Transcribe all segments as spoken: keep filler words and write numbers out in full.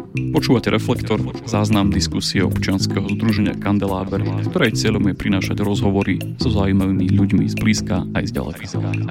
Počúvate Reflektor, záznam diskusie občianskeho združenia Kandeláber, ktorej cieľom je prinášať rozhovory so zaujímavými ľuďmi zblízka aj z ďaleka.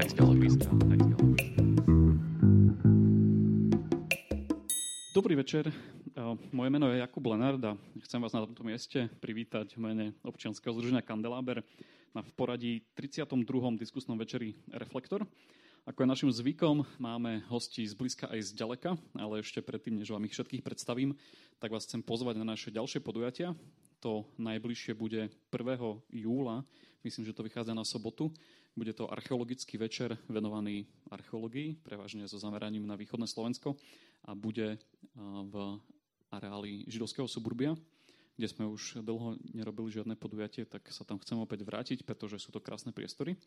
Dobrý večer, moje meno je Jakub Lenard a chcem vás na tomto mieste privítať v mene občianskeho združenia Kandeláber na v poradí tridsiatom druhom diskusnom večeri Reflektor. Ako je našim zvykom, máme hostí zblízka aj z ďaleka, ale ešte predtým, než vám ich všetkých predstavím, tak vás chcem pozvať na naše ďalšie podujatia. To najbližšie bude prvého júla, myslím, že to vychádza na sobotu. Bude to archeologický večer venovaný archeológii, prevažne so zameraním na východné Slovensko a bude v areáli židovského suburbia, kde sme už dlho nerobili žiadne podujatie, tak sa tam chcem opäť vrátiť, pretože sú to krásne priestory.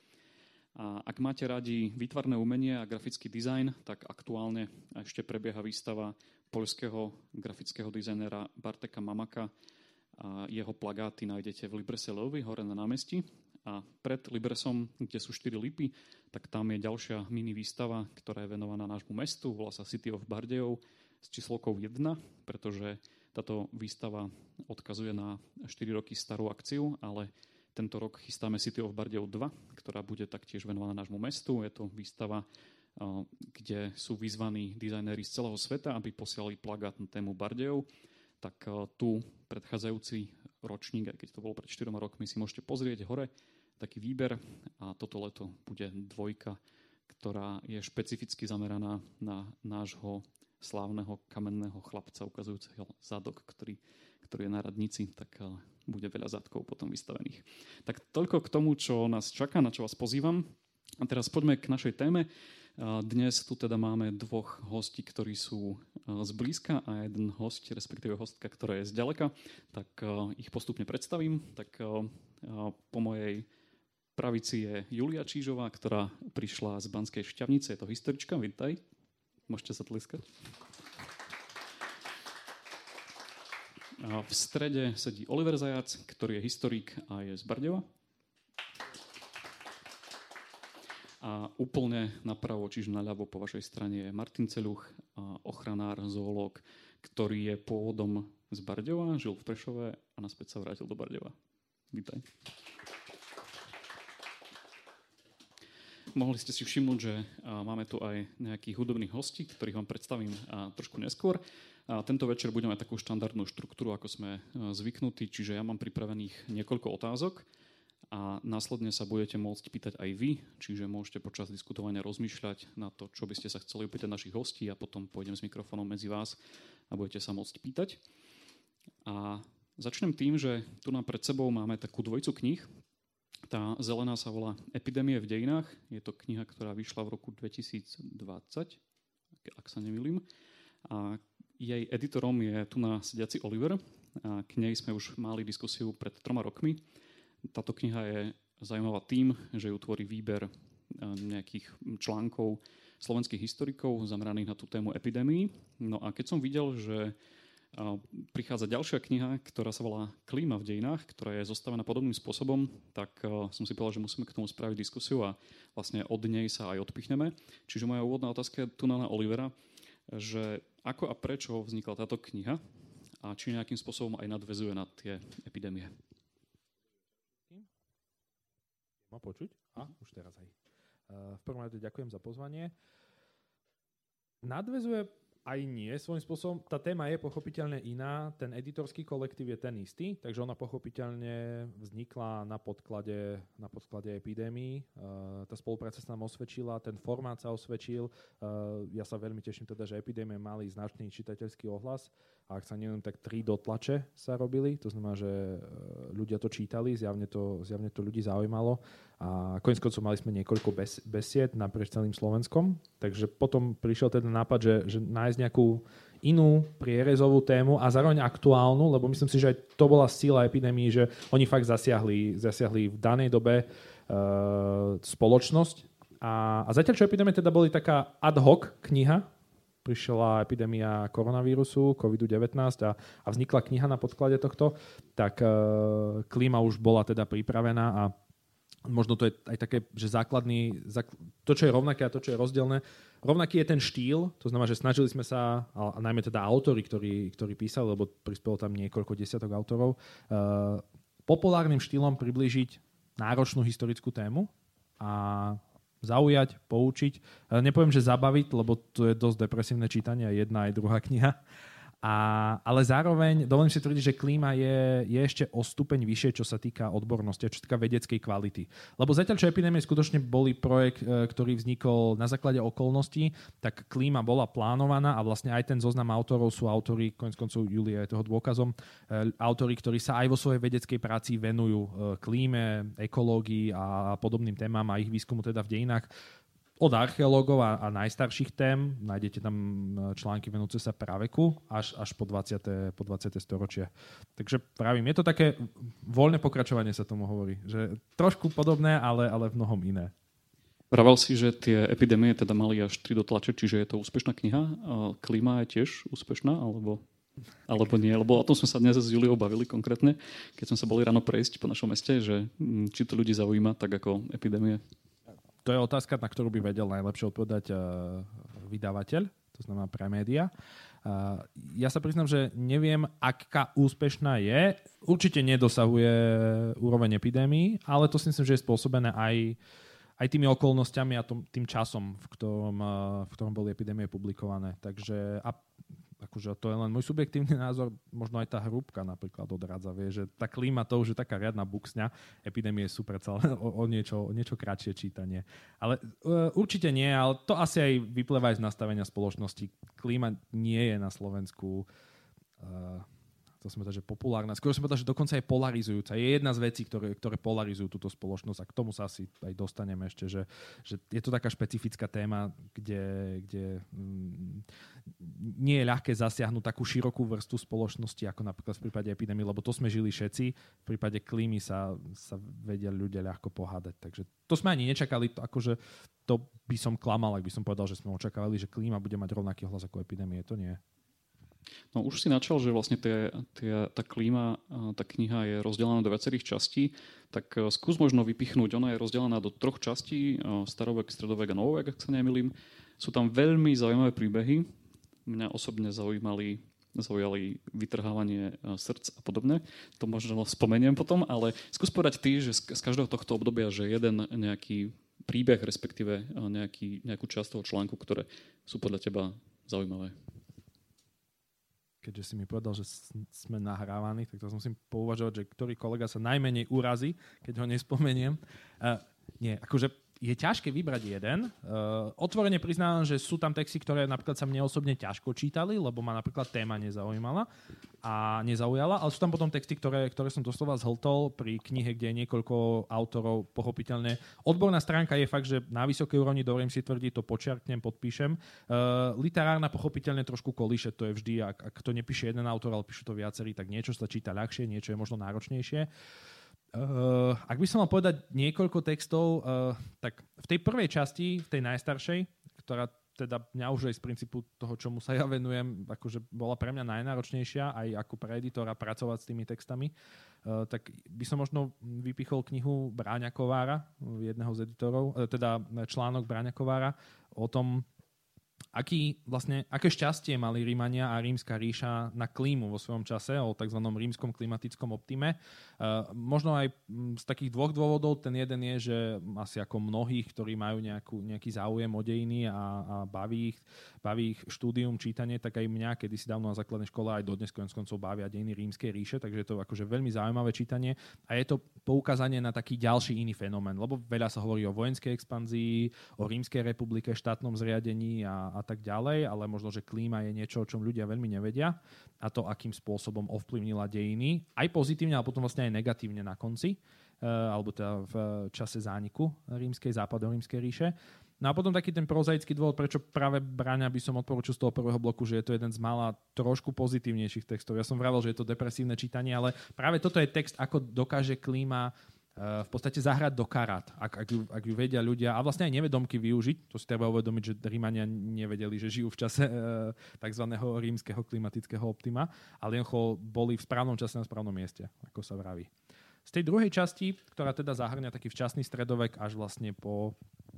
A ak máte radi výtvarné umenie a grafický dizajn, tak aktuálne ešte prebieha výstava poľského grafického dizajnera Barteka Mamaka. A jeho plagáty nájdete v Librese Lvovy, hore na námestí. A pred Libresom, kde sú štyri lipy, tak tam je ďalšia mini výstava, ktorá je venovaná nášmu mestu, volá sa City of Bardejov s číslovkou jeden, pretože táto výstava odkazuje na štyri roky starú akciu, ale tento rok chystáme City of Bardejov dva, ktorá bude taktiež venovaná nášmu mestu. Je to výstava, kde sú vyzvaní dizajnéri z celého sveta, aby posielali plagát na tému Bardejov. Tak tu predchádzajúci ročník, aj keď to bolo pred štyroma rokmi, si môžete pozrieť hore taký výber. A toto leto bude dvojka, ktorá je špecificky zameraná na nášho slávneho kamenného chlapca ukazujúceho zadok, ktorý, ktorý je na radnici, tak bude veľa zadkov potom vystavených. Tak toľko k tomu, čo nás čaká, na čo vás pozývam. A teraz poďme k našej téme. Dnes tu teda máme dvoch hostí, ktorí sú zblízka a jeden host, respektíve hostka, ktorá je zďaleka. Tak ich postupne predstavím. Tak po mojej pravici je Julia Čížová, ktorá prišla z Banskej Štiavnice. Je to historička, vítaj. Môžete sa tliskať. V strede sedí Oliver Zajac, ktorý je historik a je z Bardejova. A úplne napravo, čiže naľavo po vašej strane je Martin Ceľuch, ochranár, zoológ, ktorý je pôvodom z Bardejova, žil v Prešove a naspäť sa vrátil do Bardejova. Vítaj. Mohli ste si všimnúť, že máme tu aj nejakých hudobných hostí, ktorých vám predstavím trošku neskôr. A tento večer budeme mať takú štandardnú štruktúru, ako sme zvyknutí, čiže ja mám pripravených niekoľko otázok a následne sa budete môcť pýtať aj vy, čiže môžete počas diskutovania rozmýšľať na to, čo by ste sa chceli opýtať našich hostí a potom pôjdem s mikrofónom medzi vás a budete sa môcť pýtať. A začnem tým, že tu nám pred sebou máme takú dvojicu kníh. Tá zelená sa volá Epidémie v dejinách. Je to kniha, ktorá vyšla v roku dvetisícdvadsať, ak sa nemýlim. A jej editorom je tu na sediaci Oliver. A k nej sme už mali diskusiu pred troma rokmi. Táto kniha je zaujímavá tým, že ju tvorí výber nejakých článkov slovenských historikov zameraných na tú tému epidémií. No a keď som videl, že prichádza ďalšia kniha, ktorá sa volá Klíma v dejinách, ktorá je zostavená podobným spôsobom, tak som si povedal, že musíme k tomu spraviť diskusiu a vlastne od nej sa aj odpichneme. Čiže moja úvodná otázka je tu na Olivera, že ako a prečo vznikla táto kniha a či nejakým spôsobom aj nadväzuje na tie epidémie. Má počuť? A, už teraz aj. V prvom rade ďakujem za pozvanie. Nadväzuje aj nie svojím spôsobom. Tá téma je pochopiteľne iná. Ten editorský kolektív je ten istý, takže ona pochopiteľne vznikla na podklade, na podklade epidémií. Uh, tá spolupráca sa nám osvedčila, ten formát sa osvedčil. Uh, ja sa veľmi teším teda, že epidémie mali značný čitateľský ohlas. A ak sa neviem, tak tri dotlače sa robili. To znamená, že ľudia to čítali, zjavne to, zjavne to ľudí zaujímalo. A koniec koncov mali sme niekoľko bes, besied naprieč celým Slovenskom. Takže potom prišiel teda nápad, že, že nájsť nejakú inú prierezovú tému a zároveň aktuálnu, lebo myslím si, že aj to bola sila epidémii, že oni fakt zasiahli, zasiahli v danej dobe uh, spoločnosť. A, a zatiaľ, čo epidémie teda boli taká ad hoc kniha, prišla epidémia koronavírusu, kovid devätnásť a, a vznikla kniha na podklade tohto, tak uh, klíma už bola teda pripravená a možno to je aj také, že základný, to, čo je rovnaké a to, čo je rozdielne, rovnaký je ten štýl, to znamená, že snažili sme sa, a najmä teda autori, ktorí, ktorí písali, lebo prispelo tam niekoľko desiatok autorov, uh, populárnym štýlom priblížiť náročnú historickú tému a zaujať, poučiť. Nepoviem, že zabaviť, lebo to je dosť depresívne čítanie, jedna aj druhá kniha. A, ale zároveň, dovolím si tvrdiť, že klíma je, je ešte o stupeň vyššie, čo sa týka odbornosti a čo sa týka vedeckej kvality. Lebo zatiaľ, čo epidémie skutočne boli projekt, ktorý vznikol na základe okolností, tak klíma bola plánovaná a vlastne aj ten zoznam autorov sú autori, koniec koncov Julia je toho dôkazom, autori, ktorí sa aj vo svojej vedeckej práci venujú klíme, ekológii a podobným témam a ich výskumu teda v dejinách. Od archeológov a, a najstarších tém, nájdete tam články venujúce sa praveku, až, až po dvadsiate po dvadsiate storočie. Takže pravím, je to také voľné pokračovanie, sa tomu hovorí. Že trošku podobné, ale, ale v mnohom iné. Vravel si, že tie epidémie teda mali až tri dotlače, čiže je to úspešná kniha. Klíma je tiež úspešná, alebo, alebo nie? Lebo o tom sme sa dnes s Juliou bavili konkrétne, keď sme sa boli ráno prejsť po našom meste, že či to ľudí zaujíma tak ako epidémie. To je otázka, na ktorú by vedel najlepšie odpovedať uh, vydavateľ, to znamená Premedia. Uh, ja sa priznám, že neviem, aká úspešná je. Určite nedosahuje úroveň epidémií, ale to si myslím, že je spôsobené aj, aj tými okolnostiami a tom, tým časom, v ktorom, uh, v ktorom boli epidémie publikované. Takže a akože to je len môj subjektívny názor, možno aj tá hrúbka napríklad odradza, vie, že tá klíma to už je taká riadna buksňa, epidémie sú predsa len o, o, niečo, o niečo kratšie čítanie. Ale uh, určite nie, ale to asi aj vyplýva aj z nastavenia spoločnosti. Klíma nie je na Slovensku uh, to som povedal, že populárna. Skôr som povedal, že dokonca je polarizujúca. Je jedna z vecí, ktoré, ktoré polarizujú túto spoločnosť a k tomu sa asi aj dostaneme ešte, že, že je to taká špecifická téma, kde, kde mm, nie je ľahké zasiahnuť takú širokú vrstvu spoločnosti, ako napríklad v prípade epidémie, lebo to sme žili všetci. V prípade klímy sa, sa vedia ľudia ľahko pohádať. Takže to sme ani nečakali. To, akože, to by som klamal, ak by som povedal, že sme očakávali, že klíma bude mať rovnaký hlas ako epidémie. To nie. No už si načal, že vlastne tie, tie, tá klíma, tá kniha je rozdelená do viacerých častí, tak skús možno vypichnúť. Ona je rozdelená do troch častí, starovek, stredovek a novovek, ak sa nemýlim. Sú tam veľmi zaujímavé príbehy. Mňa osobne zaujímali, zaujali vytrhávanie srdc a podobne. To možno spomeniem potom, ale skús povedať ty, že z každého tohto obdobia, že jeden nejaký príbeh, respektíve nejaký, nejakú časť toho článku, ktoré sú podľa teba zaujímavé. Keďže si mi povedal, že sme nahrávaní, tak to musím pouvažovať, že ktorý kolega sa najmenej urazí, keď ho nespomeniem. Uh, nie, akože je ťažké vybrať jeden. Uh, otvorene priznávam, že sú tam texty, ktoré napríklad sa mne osobne ťažko čítali, lebo ma napríklad téma nezaujímala a nezaujala, ale sú tam potom texty, ktoré, ktoré som doslova zhltol pri knihe, kde je niekoľko autorov, pochopiteľne. Odborná stránka je fakt, že na vysokej úrovni, dovolím si tvrdiť, to počiarknem, podpíšem. Uh, literárna pochopiteľne trošku kolíše, to je vždy, ak, ak to nepíše jeden autor, ale píšu to viacerí, tak niečo sa číta ľahšie, niečo je možno náročnejšie. Uh, ak by som mal povedať niekoľko textov, uh, tak v tej prvej časti, v tej najstaršej, ktorá teda mňa už aj z princípu toho, čomu sa ja venujem, akože bola pre mňa najnáročnejšia, aj ako pre editora pracovať s tými textami, uh, tak by som možno vypichol knihu Bráňa Kovára, jedného z editorov, uh, teda článok Bráňa Kovára o tom, Aký, vlastne, aké šťastie mali Rímania a rímska ríša na klímu vo svojom čase, o tzv. Rímskom klimatickom optime. Uh, možno aj z takých dvoch dôvodov. Ten jeden je, že asi ako mnohých, ktorí majú nejakú, nejaký záujem o dejiny a, a baví, ich, baví ich štúdium, čítanie, tak aj mňa kedysi dávno na základnej škole aj dodnes konec koncov bavia dejiny rímskej ríše, takže je to akože veľmi zaujímavé čítanie a je to poukázanie na taký ďalší iný fenomén, lebo veľa sa hovorí o vojenskej expanzii, o Rímskej republike, štátnom zriadení a, a tak ďalej, ale možno, že klíma je niečo, o čom ľudia veľmi nevedia a to, akým spôsobom ovplyvnila dejiny, aj pozitívne, ale potom vlastne aj negatívne na konci, alebo teda v čase zániku rímskej, západorímskej ríše. No a potom taký ten prozaický dôvod, prečo práve Bráňa by som odporučil z toho prvého bloku, že je to jeden z mála trošku pozitívnejších textov. Ja som vravel, že je to depresívne čítanie, ale práve toto je text, ako dokáže klíma v podstate zahrať do karát, ak, ak, ju, ak ju vedia ľudia a vlastne aj nevedomky využiť. To si treba uvedomiť, že Rímania nevedeli, že žijú v čase e, tzv. Rímskeho klimatického optima, ale jednoducho boli v správnom čase na správnom mieste, ako sa vraví. Z tej druhej časti, ktorá teda zahrňa taký včasný stredovek až vlastne po,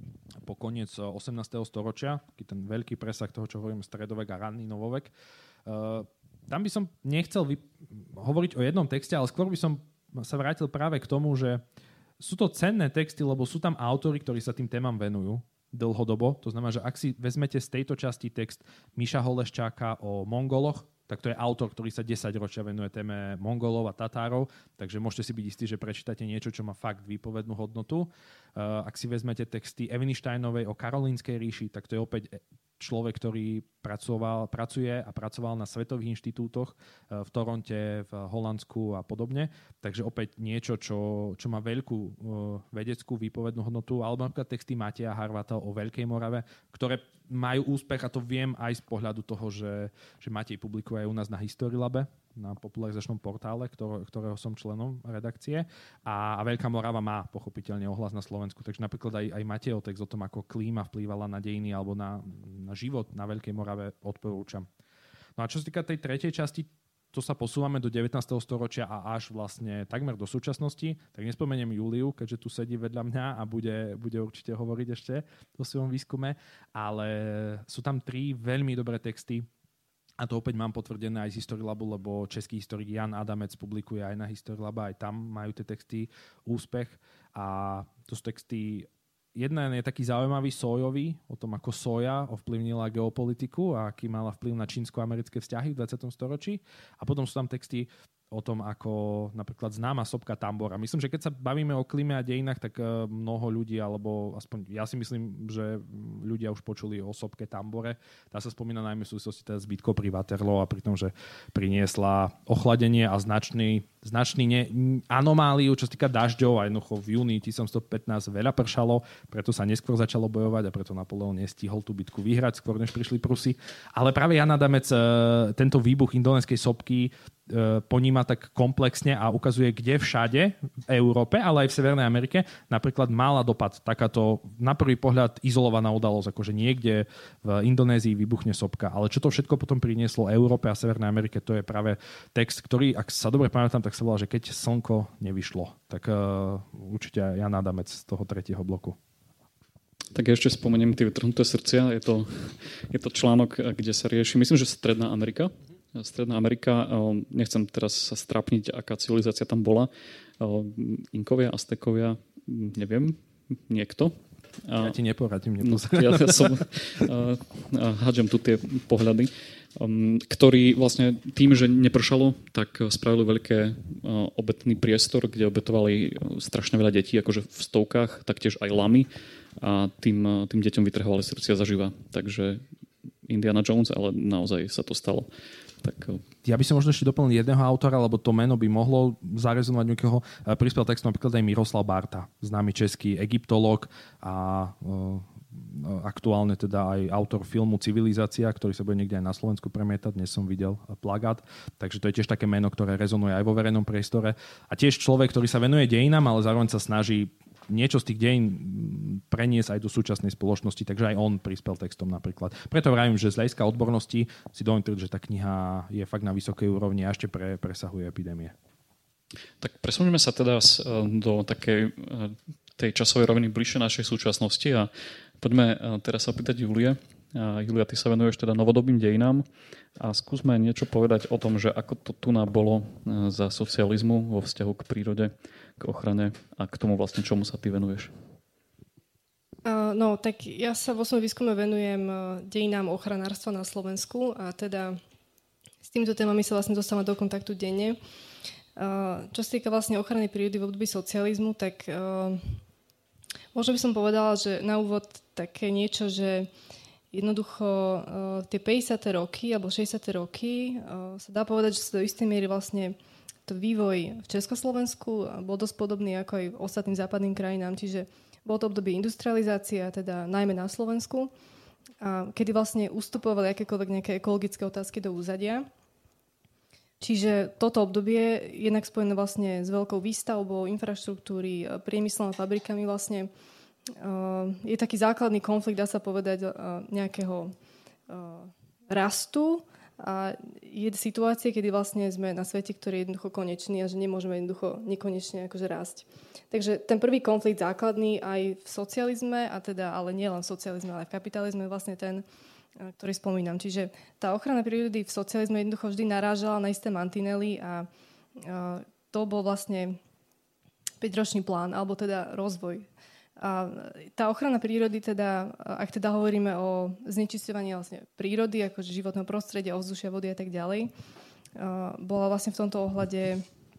po koniec osemnásteho storočia, taký ten veľký presah toho, čo hovorím, stredovek a ranný novovek, uh, tam by som nechcel vy- hovoriť o jednom texte, ale skôr by som sa vrátil práve k tomu, že sú to cenné texty, lebo sú tam autori, ktorí sa tým témam venujú dlhodobo. To znamená, že ak si vezmete z tejto časti text Miša Holeščáka o Mongoloch, tak to je autor, ktorý sa desaťročia venuje téme Mongolov a Tatárov, takže môžete si byť istí, že prečítate niečo, čo má fakt výpovednú hodnotu. Uh, ak si vezmete texty Eviny Steinovej o Karolínskej ríši, tak to je opäť človek, ktorý pracoval, pracuje a pracoval na svetových inštitútoch v Toronte, v Holandsku a podobne. Takže opäť niečo, čo, čo má veľkú uh, vedeckú výpovednú hodnotu. Alebo napríklad texty Mateja Harvata o Veľkej Morave, ktoré majú úspech, a to viem aj z pohľadu toho, že, že Matej publikuje aj u nás na Historylabe, na popularizačnom portále, ktorého, ktorého som členom redakcie. A, a Veľká Morava má pochopiteľne ohlas na Slovensku. Takže napríklad aj, aj Matejov text o tom, ako klíma vplývala na dejiny alebo na, na život na Veľkej Morave, odporúčam. No a čo sa týka tej tretej časti, to sa posúvame do devätnásteho storočia a až vlastne takmer do súčasnosti. Tak nespomeniem Juliu, keďže tu sedí vedľa mňa a bude, bude určite hovoriť ešte o svojom výskume. Ale sú tam tri veľmi dobré texty. A to opäť mám potvrdené aj z Historylabu, lebo český historik Jan Adamec publikuje aj na Historylabe, aj tam majú tie texty úspech. A to sú texty, jeden je taký zaujímavý sojový, o tom, ako soja ovplyvnila geopolitiku a aký mala vplyv na čínsko-americké vzťahy v dvadsiatom storočí. A potom sú tam texty o tom, ako napríklad známa sopka Tambora. Myslím, že keď sa bavíme o klíme a dejinách, tak mnoho ľudí, alebo aspoň ja si myslím, že ľudia už počuli o sopke Tambore. Tá sa spomína najmä v súvislosti teda s bitkou pri Waterloo a pri tom, že priniesla ochladenie a značný, značný ne, anomáliu, čo sa týka dažďov. A jednoducho v júni tisícsedemstopätnásť veľa pršalo, preto sa neskôr začalo bojovať a preto Napoleon nestihol tú bitku vyhrať, skôr než prišli Prusy. Ale práve Jan Adamec tento výbuch indonéskej sopky poníma tak komplexne a ukazuje, kde všade v Európe, ale aj v Severnej Amerike napríklad mala dopad takáto na prvý pohľad izolovaná udalosť, akože niekde v Indonézii vybuchne sopka. Ale čo to všetko potom prinieslo Európe a Severnej Amerike, to je práve text, ktorý, ak sa dobre pamätám, tak sa volá, že keď slnko nevyšlo. Tak uh, určite Jan Adamec z toho tretieho bloku. Tak ja ešte spomeniem tie vytrhnuté srdcia. Je to, je to článok, kde sa rieši, myslím, že Stredná Amerika. Stredná Amerika, nechcem teraz sa strápniť, aká civilizácia tam bola. Inkovia, Aztekovia, neviem, niekto. Ja ti neporadím. No, ja, ja som hádžem tu tie pohľady, ktorí vlastne tým, že nepršalo, tak spravili veľké obetný priestor, kde obetovali strašne veľa detí, akože v stovkách, taktiež aj lamy a tým, tým deťom vytrhovali srdcia zaživa. Takže Indiana Jones, ale naozaj sa to stalo. Tak... Ja by som možno ešte doplnil jedného autora, lebo to meno by mohlo zarezonovať niekoho. Prispel textom napríklad aj Miroslav Barta, známy český egyptológ a uh, aktuálne teda aj autor filmu Civilizácia, ktorý sa bude niekde aj na Slovensku premietať. Dnes som videl plagát. Takže to je tiež také meno, ktoré rezonuje aj vo verejnom priestore. A tiež človek, ktorý sa venuje dejinám, ale zároveň sa snaží niečo z tých dejín preniesť aj do súčasnej spoločnosti, takže aj on prispel textom napríklad. Preto vravím, že z hľadiska odbornosti si dovolím tvrdiť, že tá kniha je fakt na vysokej úrovni a ešte pre, presahuje epidémie. Tak presunieme sa teda do takej tej časovej roviny bližšie našej súčasnosti a poďme teraz sa opýtať Julie. Julia, ty sa venuješ teda novodobým dejinám a skúsme niečo povedať o tom, že ako to tu bolo za socializmu vo vzťahu k prírode, k ochrane a k tomu vlastne, čomu sa ty venuješ. Uh, no, tak ja sa vo svojom výskume venujem dejinám ochranárstva na Slovensku a teda s týmito témami sa vlastne dostávam do kontaktu denne. Uh, čo sa týka vlastne ochrany prírody v období socializmu, tak uh, možno by som povedala, že na úvod také niečo, že jednoducho uh, tie päťdesiate roky alebo šesťdesiate roky uh, sa dá povedať, že sa do istej miery vlastne to vývoj v Československu bol dosť podobný ako aj ostatným západným krajinám, čiže bolo to obdobie industrializácie, teda najmä na Slovensku, a kedy vlastne ustupovali akékoľvek nejaké ekologické otázky do úzadia. Čiže toto obdobie je jednak spojené vlastne s veľkou výstavbou infraštruktúry, priemyslom a fabrikami vlastne. Je taký základný konflikt, dá sa povedať, nejakého rastu A je situácie, kedy vlastne sme na svete, ktorý je jednoducho konečný a že nemôžeme jednoducho nekonečne akože rásť. Takže ten prvý konflikt základný aj v socializme, a teda, ale nie len v socializme, ale aj v kapitalizme, je vlastne ten, ktorý spomínam. Čiže tá ochrana prírody v socializme jednoducho vždy narážala na isté mantinely a, a to bol vlastne päťročný plán, alebo teda rozvoj. A tá ochrana prírody, teda, ak teda hovoríme o znečisťovaní vlastne prírody, akože životného prostredia, ovzdušia, vody a tak ďalej, bola vlastne v tomto ohľade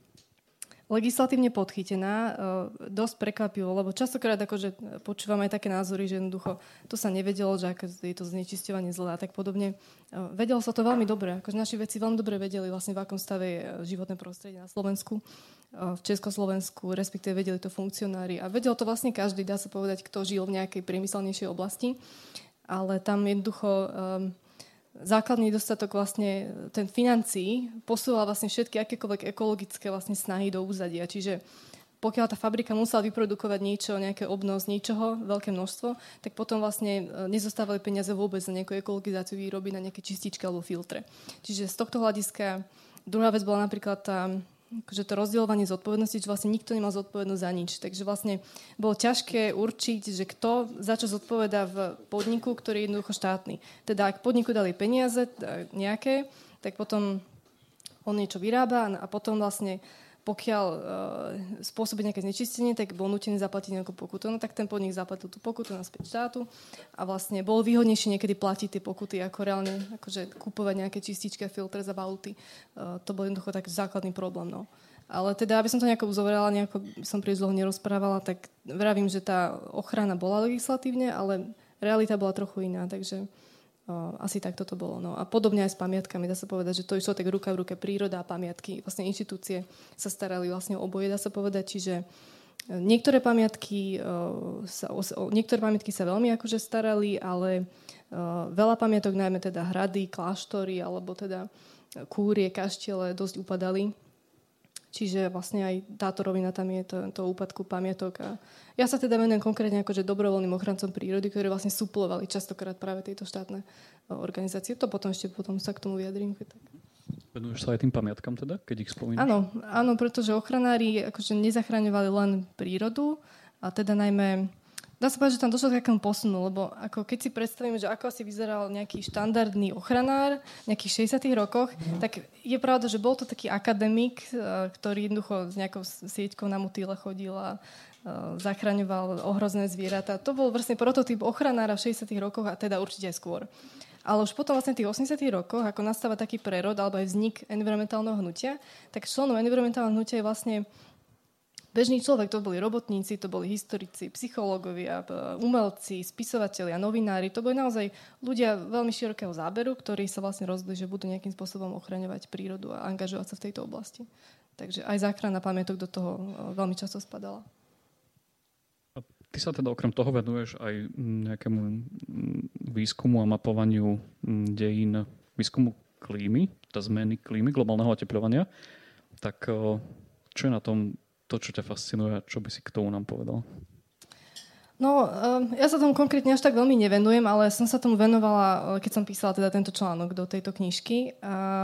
legislatívne podchytená. Dosť prekvapilo, lebo častokrát akože počúvam aj také názory, že jednoducho to sa nevedelo, že aké je to znečisťovanie zlé a tak podobne. Vedelo sa to veľmi dobre. Akože naši vedci veľmi dobre vedeli vlastne, v akom stave je životné prostredie na Slovensku, v Československu, respektíve vedeli to funkcionári. A vedel to vlastne každý, dá sa povedať, kto žil v nejakej priemyselnejšej oblasti. Ale tam jednoducho um, základný nedostatok vlastne ten financií posúval vlastne všetky akékoľvek ekologické vlastne snahy do úzadia. Čiže pokiaľ tá fabrika musela vyprodukovať niečo, nejaké obnos niečoho, veľké množstvo, tak potom vlastne nezostávali peniaze vôbec na nejakú ekologizáciu výroby, na nejaké čističky alebo filtre. Čiže z tohto hľadiska druhá vec bola napríklad tá akože to rozdielovanie zodpovednosti, že vlastne nikto nemal zodpovednosť za nič. Takže vlastne bolo ťažké určiť, že kto za čo zodpovedá v podniku, ktorý je jednoducho štátny. Teda ak podniku dali peniaze nejaké, tak potom on niečo vyrába a potom vlastne pokiaľ e, spôsobí nejaké znečistenie, tak bol nútený zaplatiť nejakú pokutu. No tak ten podnik zaplatil tú pokutu naspäť štátu a vlastne bolo výhodnejšie niekedy platiť tie pokuty, ako reálne akože kúpovať nejaké čističky a filtre za valuty. E, to bol jednoducho tak základný problém. No. Ale teda, aby som to nejako uzoverala, nejako som príliš dlho nerozprávala, tak vravím, že tá ochrana bola legislatívne, ale realita bola trochu iná, takže O, asi tak toto bolo. No. A podobne aj s pamiatkami. Dá sa povedať, že to išlo tak ruka v ruke, príroda a pamiatky. Vlastne inštitúcie sa starali vlastne o oboje, dá sa povedať. Čiže niektoré pamiatky o, sa, o, niektoré pamiatky sa veľmi akože starali, ale o, veľa pamiatok, najmä teda hrady, kláštory alebo teda kúrie, kaštiele dosť upadali. Čiže vlastne aj táto rovina tam je to, to úpadku pamiatok. A ja sa teda venujem konkrétne akože dobrovoľným ochrancom prírody, ktorí vlastne suplovali častokrát práve tieto štátne organizácie. To potom ešte potom sa k tomu vyjadrím. Venuješ sa aj tým pamiatkam teda, keď ich spomínaš? Áno, áno, pretože ochranári akože nezachraňovali len prírodu, a teda najmä dá sa povedať, že tam došlo k takému posunu, lebo ako keď si predstavíme, že ako asi vyzeral nejaký štandardný ochranár v nejakých šesťdesiatych rokoch, mm. tak je pravda, že bol to taký akademik, ktorý jednoducho s nejakou sieťkou na motýle chodil a zachraňoval ohrozené zvieratá. To bol vlastne prototyp ochranára v šesťdesiatych rokoch a teda určite aj skôr. Ale už potom vlastne v tých osemdesiatych rokoch, ako nastáva taký prerod alebo aj vznik environmentálneho hnutia, tak členom environmentálneho hnutia je vlastne bežný človek. To boli robotníci, to boli historici, psychológovia, umelci, spisovatelia, novinári. To boli naozaj ľudia veľmi širokého záberu, ktorí sa vlastne rozhodli, že budú nejakým spôsobom ochraňovať prírodu a angažovať sa v tejto oblasti. Takže aj záchrana pamiatok do toho veľmi často spadala. A ty sa teda okrem toho venuješ aj nejakému výskumu a mapovaniu dejín, výskumu klímy, tá zmeny klímy, globálneho otepľovania. Tak čo je na tom to, čo ťa fascinuje, čo by si k tomu nám povedal? No, ja sa tomu konkrétne až tak veľmi nevenujem, ale som sa tomu venovala, keď som písala teda tento článok do tejto knižky.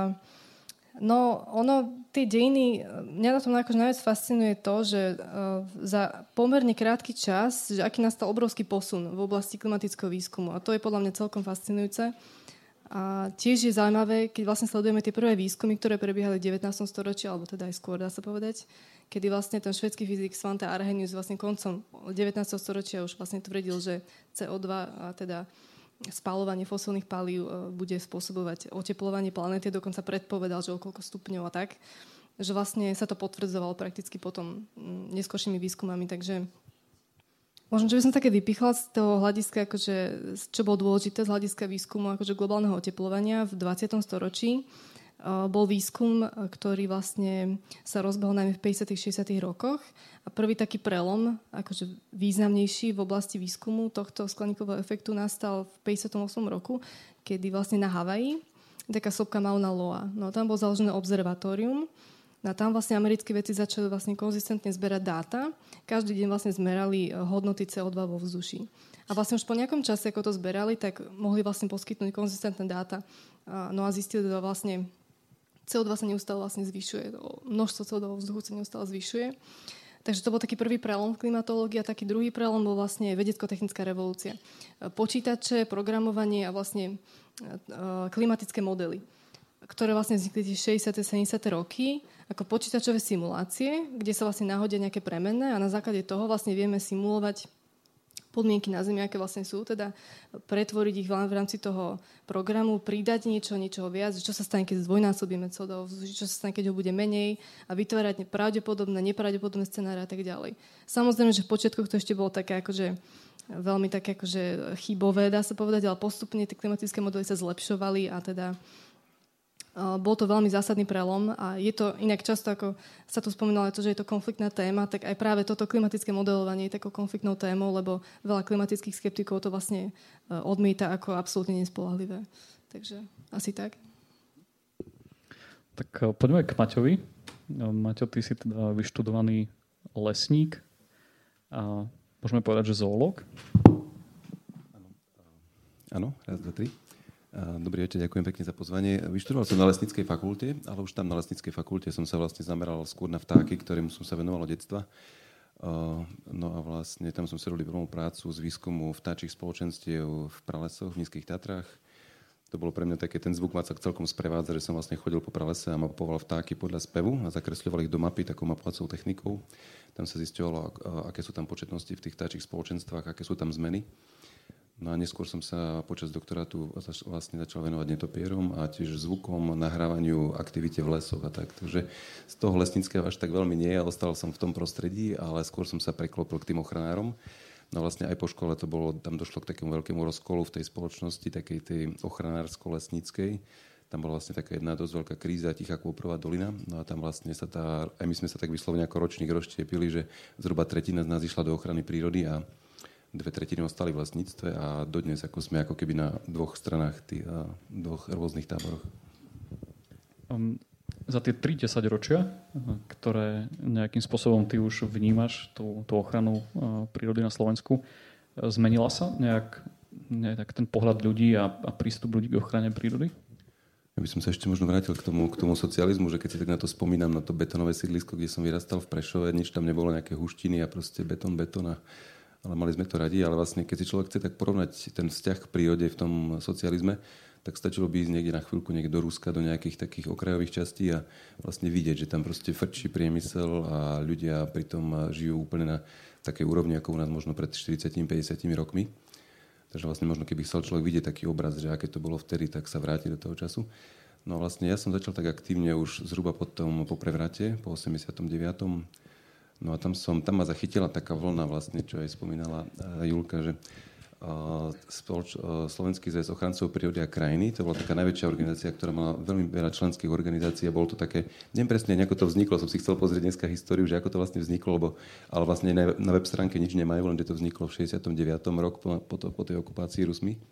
No, ono, tie dejiny, mňa na tom akože najviac fascinuje to, že za pomerne krátky čas, že aký nastal obrovský posun v oblasti klimatického výskumu. A to je podľa mňa celkom fascinujúce. A tiež je zaujímavé, keď vlastne sledujeme tie prvé výskumy, ktoré prebiehali v devätnástom storočí, alebo teda aj skôr, dá sa povedať, kedy vlastne ten švédsky fyzik Svante Arrhenius vlastne koncom devätnásteho storočia už vlastne tvrdil, že cé ó dva a teda spaľovanie fosílnych palív bude spôsobovať oteplovanie planéty, dokonca predpovedal, že o koľko stupňov a tak, že vlastne sa to potvrdzovalo prakticky potom neskôršími výskumami, takže možno, že by som také vypichla z toho hľadiska, akože, čo bolo dôležité z hľadiska výskumu akože globálneho oteplovania v dvadsiatom storočí. Bol výskum, ktorý vlastne sa rozbehol najmä v päťdesiatych šesťdesiatych rokoch a prvý taký prelom, akože významnejší v oblasti výskumu tohto skleníkového efektu nastal v päťdesiatom ôsmom roku, kedy vlastne na Havaji taká sopka Mauna Loa. No tam bolo založené observatórium No a tam vlastne americkí vedci začali vlastne konzistentne zberať dáta. Každý deň vlastne zmerali hodnoty cé o dva vo vzduší. A vlastne už po nejakom čase, ako to zberali, tak mohli vlastne poskytnúť konzistentné dáta. No a zistili, že vlastne cé o dva sa neustále vlastne zvyšuje. Množstvo cé o dva vo vzduchu sa neustále zvyšuje. Takže to bol taký prvý prelom v klimatológii a taký druhý prelom bol vlastne vedecko-technická revolúcia. Počítače, programovanie a vlastne klimatické modely, ktoré vlastne vznikli tie šesťdesiate sedemdesiate roky ako počítačové simulácie, kde sa vlastne náhodia nejaké premenné a na základe toho vlastne vieme simulovať podmienky na Zemi, aké vlastne sú, teda pretvoriť ich v rámci toho programu, pridať niečo, niečoho viac, čo sa stane, keď zdvojnásobíme cé o dva, čo sa stane, keď ho bude menej a vytvárať pravdepodobné, nepravdepodobné scenáre a tak ďalej. Samozrejme, že v počiatkoch to ešte bolo také akože veľmi také akože chybové, dá sa povedať, ale postupne tie klimatické modely sa zlepšovali a teda bol to veľmi zásadný prelom a je to inak často, ako sa tu spomínalo, to, že je to konfliktná téma, tak aj práve toto klimatické modelovanie je takou konfliktnou témou, lebo veľa klimatických skeptikov to vlastne odmieta ako absolútne nespoľahlivé. Takže asi tak. Tak poďme k Maťovi. Maťo, ty si teda vyštudovaný lesník a môžeme povedať, že zoológ? Áno, raz, dva, tri. Dobrý večer, ďakujem pekne za pozvanie. Vyštudoval som na lesníckej fakulte, ale už tam na lesníckej fakulte som sa vlastne zameral skôr na vtáky, ktorým som sa venoval od detstva. No a vlastne tam som si robil prvú prácu z výskumu vtáčich spoločenstiev v pralesoch v Nízkych Tatrách. To bolo pre mňa také, ten zvuk ma sa celkom sprevádza, že som vlastne chodil po pralese a mapoval vtáky podľa spevu a zakresľoval ich do mapy takou mapovacou technikou. Tam sa zisťovalo, aké sú tam početnosti v tých vtáčich spoločenstvách, aké sú tam zmeny. No a neskôr som sa počas doktorátu vlastne začal venovať netopierom a tiež zvukom, nahrávaniu, aktivite v lesoch a tak. Takže z toho lesníckeho až tak veľmi nie, ale ostal som v tom prostredí, ale skôr som sa preklopil k tým ochranárom. No vlastne aj po škole to bolo, tam došlo k takému veľkému rozkolu v tej spoločnosti, takej tej ochranársko-lesníckej. Tam bola vlastne taká jedna dosť veľká kríza, Tichá Kôprová dolina. No a tam vlastne sa tá, aj my sme sa tak vyslovene ako ročník rozštiepili, že zhruba tretina z nás išla do ochrany prírody a dve tretiny ostali v lesníctve a dodnes ako sme ako keby na dvoch stranách, tých, dvoch rôznych táboroch. Um, za tie tri desaťročia, ktoré nejakým spôsobom ty už vnímaš, tú, tú ochranu uh, prírody na Slovensku, zmenila sa nejak, nejak ten pohľad ľudí a, a prístup ľudí k ochrane prírody? Ja by som sa ešte možno vrátil k tomu, k tomu socializmu, že keď si tak na to spomínam, na to betónové sídlisko, kde som vyrastal v Prešove, nič tam nebolo, nejaké huštiny a proste betón, betón a ale mali sme to radi, ale vlastne keď si človek chce tak porovnať ten vzťah k prírode v tom socializme, tak stačilo by ísť niekde na chvíľku niekde do Ruska, do nejakých takých okrajových častí a vlastne vidieť, že tam proste frčí priemysel a ľudia pritom žijú úplne na takej úrovni, ako u nás možno pred štyridsiatimi päťdesiatimi rokmi. Takže vlastne možno keby chcel človek vidieť taký obraz, že aké to bolo vtedy, tak sa vráti do toho času. No a vlastne ja som začal tak aktívne už zhruba po tom, po prevrate, po osemdesiatom deviatom No a tam, som, tam ma zachytila taká vlna vlastne, čo aj spomínala Julka, že uh, spoloč, uh, Slovenský zväz ochrancov prírody a krajiny, to bola taká najväčšia organizácia, ktorá mala veľmi veľa členských organizácií a bolo to také, neviem presne, ako to vzniklo, som si chcel pozrieť dneska históriu, že ako to vlastne vzniklo, lebo, ale vlastne na, na web stránke nič nemajú, len že to vzniklo v šesťdesiatom deviatom rok po, po, to, po tej okupácii Rusmi.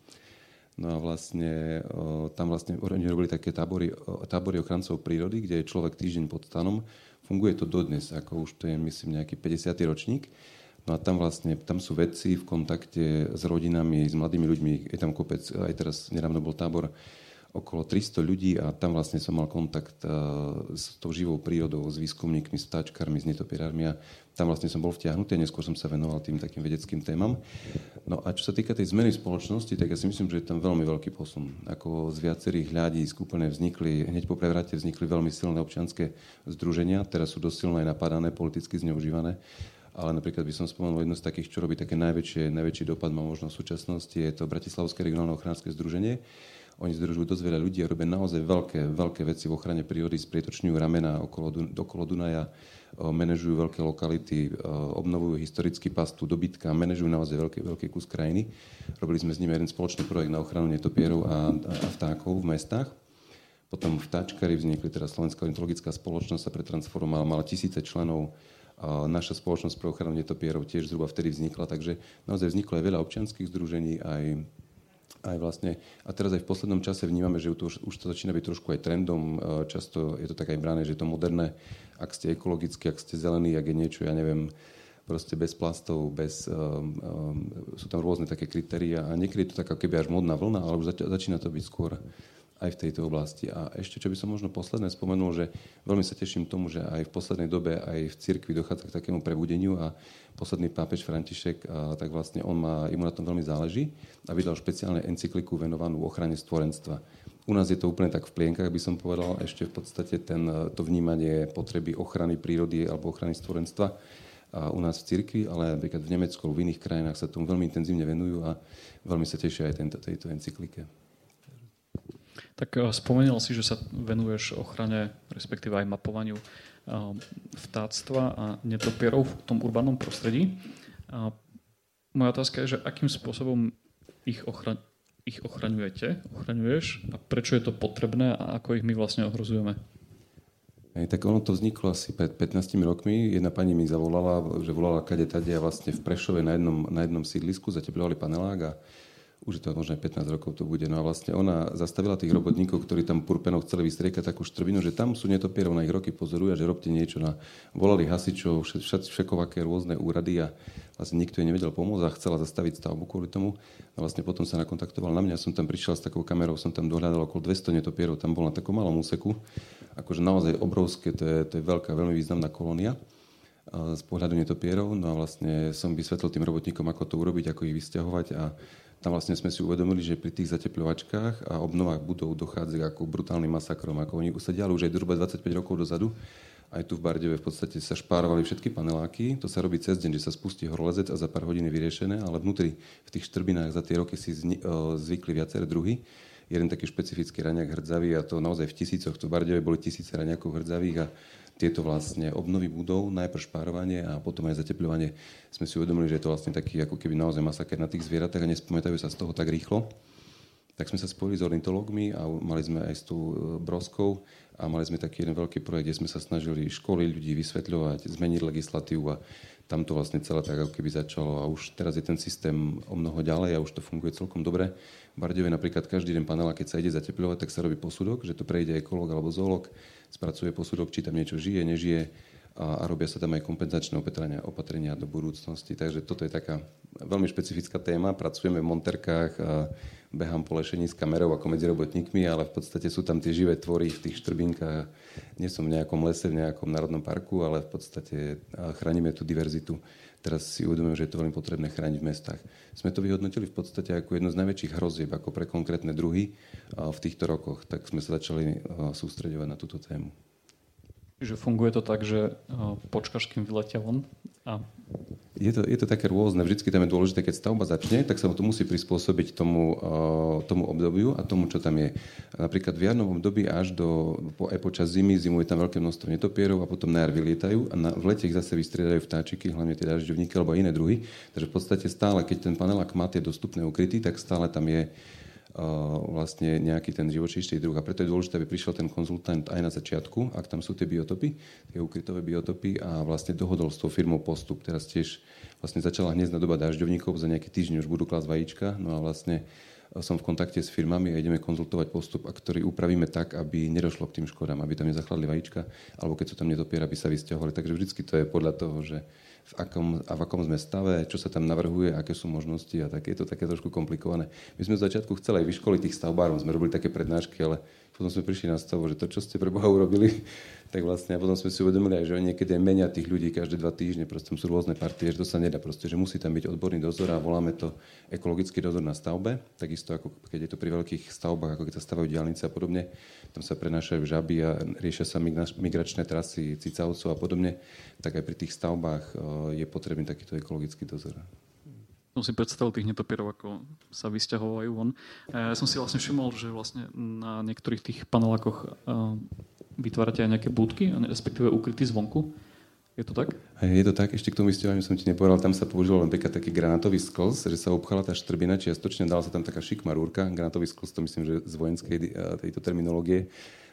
No a vlastne uh, tam vlastne oni robili také tábory, uh, tábory ochrancov prírody, kde je človek týždeň pod stanom. Funguje to dodnes, ako už to je, myslím, nejaký päťdesiaty ročník. No a tam vlastne, tam sú vedci v kontakte s rodinami, s mladými ľuďmi. Je tam kopec, aj teraz nedávno bol tábor okolo tristo ľudí a tam vlastne som mal kontakt uh, s tou živou prírodou, s výskumníkmi, s vtáčkarmi, s netopierármi a tam vlastne som bol vtiahnutý a neskôr som sa venoval tým takým vedeckým témam. No a čo sa týka tej zmeny spoločnosti, tak ja si myslím, že je tam veľmi veľký posun. Ako z viacerých hľadísk úplne vznikli, hneď po prevrate vznikli veľmi silné občianske združenia, teraz sú dosť silno aj napadané, politicky zneužívané. Ale napríklad by som spomenul jedno z takých, čo robí také najväčšie, najväčší dopad má možno v súčasnosti, je to Bratislavské regionálne ochránske združenie. Oni združujú dosť veľa ľudí a robia naozaj veľké, veľké veci v ochrane prírody, sprietočňujú ramena okolo, okolo Dunaja, manažujú veľké lokality, obnovujú historický pastu, dobytka, manažujú naozaj veľký, veľký kus krajiny. Robili sme s nimi jeden spoločný projekt na ochranu netopierov a, a vtákov v mestách. Potom vtáčkari vznikli, teda Slovenská ornitologická spoločnosť sa pretransformovala, mala tisíce členov. A naša spoločnosť pre ochranu netopierov tiež zhruba vtedy vznikla, takže naozaj vzniklo aj veľa občianskych združení, aj Aj vlastne, a teraz aj v poslednom čase vnímame, že to už, už to začína byť trošku aj trendom. Často je to tak aj brané, že je to moderné. Ak ste ekologickí, ak ste zelení, ak je niečo, ja neviem, proste bez plastov, bez, um, um, sú tam rôzne také kritériá a niekedy je to taká keby až modná vlna, ale už zač- začína to byť skôr aj v tejto oblasti. A ešte, čo by som možno posledné spomenul, že veľmi sa teším tomu, že aj v poslednej dobe aj v cirkvi dochádza k takému prebudeniu a posledný pápež František, a, tak vlastne on má, mu na tom veľmi záleží a vydal špeciálne encykliku venovanú ochrane stvorenstva. U nás je to úplne tak v plienkach, by som povedal, ešte v podstate ten, to vnímanie potreby ochrany prírody alebo ochrany stvorenstva a u nás v cirkvi, ale napríklad v Nemecku, v iných krajinách sa tomu veľmi intenzívne venujú a veľmi sa tešia aj tento, tejto encyklike. Tak spomenul si, že sa venuješ ochrane, respektíve aj mapovaniu vtáctva a netopierov v tom urbanom prostredí. A moja otázka je, že akým spôsobom ich, ochra- ich ochraňujete, ochraňuješ a prečo je to potrebné a ako ich my vlastne ohrozujeme? Hej, tak ono to vzniklo asi pred pätnástimi rokmi. Jedna pani mi zavolala, že volala kade tade a vlastne v Prešove na jednom, na jednom sídlisku zateplovali panelák a už je to možno aj pätnásť rokov to bude. No a vlastne ona zastavila tých robotníkov, ktorí tam purpenou chceli vystriekať takú štrbinu, že tam sú netopierov, na ich roky pozorujú a že robte niečo. Na... Volali hasičov, všakovaké rôzne úrady a vlastne nikto jej nevedel pomôcť a chcela zastaviť stavbu kvôli tomu. A vlastne potom sa nakontaktoval na mňa, som tam prišiel s takou kamerou, som tam dohľadal okolo dvesto netopierov, tam bol na takom malom úseku. Akože naozaj obrovské, to je, to je veľká, veľmi významná kolónia z pohľadu netopierov. No a vlastne som vysvetlil tým robotníkom, ako to urobiť, ako ich vysťahovať a tam vlastne sme si uvedomili, že pri tých zatepľovačkách a obnovách budov dochádza ako brutálnym masakrom. Ako oni sa diali už aj zhruba dvadsaťpäť rokov dozadu. Aj tu v Bardejove v podstate sa špárovali všetky paneláky. To sa robí cez deň, že sa spustí horolezec a za pár hodín je vyriešené, ale vnútri v tých štrbinách za tie roky si zni- o, zvykli viaceré druhy. Jeden taký špecifický raňák hrdzavý a to naozaj v tisícoch. Tu v Bardejove boli tisíce raňákov hrdzavých a tieto vlastne obnovy budov, najprv špárovanie a potom aj zatepľovanie, sme si uvedomili, že je to vlastne taký ako keby naozaj masaker na tých zvieratách a nespamätajú sa z toho tak rýchlo. Tak sme sa spojili s ornitológmi a mali sme aj s tú Broskou a mali sme taký jeden veľký projekt, kde sme sa snažili školiť ľudí, vysvetľovať, zmeniť legislatívu a tam to vlastne celé tak ako keby začalo a už teraz je ten systém o mnoho ďalej a už to funguje celkom dobre. V Bardejove napríklad každý den panela, keď sa ide zatepľovať, tak sa robí posudok, že to prejde ekológ alebo zoológ, spracuje posudok, či tam niečo žije, nežije a, a robia sa tam aj kompenzačné opatrenia, opatrenia do budúcnosti. Takže toto je taká veľmi špecifická téma. Pracujeme v monterkách a behám po lešení s kamerou ako medzi robotníkmi, ale v podstate sú tam tie živé tvory v tých štrbinkách. Nie som v nejakom lese, v nejakom národnom parku, ale v podstate chránime tú diverzitu. Teraz si uvedomujem, že je to veľmi potrebné chrániť v mestách. Sme to vyhodnotili v podstate ako jedno z najväčších hrozieb, ako pre konkrétne druhy v týchto rokoch. Tak sme sa začali sústreďovať na túto tému. Čiže funguje to tak, že počkáš, kým vyletia von? A... Je to, je to také rôzne. Vždycky tam je dôležité, keď stavba začne, tak sa to musí prispôsobiť tomu, tomu obdobiu a tomu, čo tam je. Napríklad v jarnom období až do, aj počas zimy, zimu je tam veľké množstvo netopierov a potom na jar vylietajú a na, v lete ich zase vystriedajú vtáčiky, hlavne tie dažďovníky alebo iné druhy. Takže v podstate stále, keď ten panelák má tie dostupné ukryty, tak stále tam je vlastne nejaký ten živočíšny druh. A preto je dôležité, aby prišiel ten konzultant aj na začiatku, ak tam sú tie biotopy, tie ukrytové biotopy a vlastne dohodol s tou firmou postup. Teraz tiež vlastne začala hniezdna doba dažďovníkov, za nejaký týždeň už budú klásť vajíčka, no a vlastne som v kontakte s firmami a ideme konzultovať postup, a ktorý upravíme tak, aby nedošlo k tým škodám, aby tam nezachladli vajíčka, alebo keď sú tam netopiera, aby sa vysťahovali. Takže vždycky to je podľa toho, že v akom, a v akom sme stave, čo sa tam navrhuje, aké sú možnosti a tak je to také trošku komplikované. My sme v začiatku chceli aj vyškoliť tých stavbárov, sme robili také prednášky, ale potom sme prišli na stavu, že to, čo ste pre Boha urobili, tak vlastne a potom sme si uvedomili aj, že oni niekedy aj menia tých ľudí každé dva týždne, proste sú rôzne partie, že to sa nedá proste, že musí tam byť odborný dozor a voláme to ekologický dozor na stavbe, takisto ako keď je to pri veľkých stavbách, ako keď sa stavajú diaľnice a podobne, tam sa prenášajú žaby a riešia sa migračné trasy cicavcov a podobne, tak aj pri tých stavbách je potrebný takýto ekologický dozor. Som si predstavil tých netopierov, ako sa vysťahovajú von. Ja som si vlastne všimol, že vlastne na niektorých tých panelákoch vytvárate aj nejaké budky, respektíve ukrytý zvonku. Je to tak? Je to tak, ešte k tomu vysťahovaniu som ti nepovedal, tam sa použil napríklad taký granátový sklz, že sa obchala tá štrbina čiastočne, dala sa tam taká šikma rúrka, granátový sklz, to myslím, že z vojenskej tejto terminológie.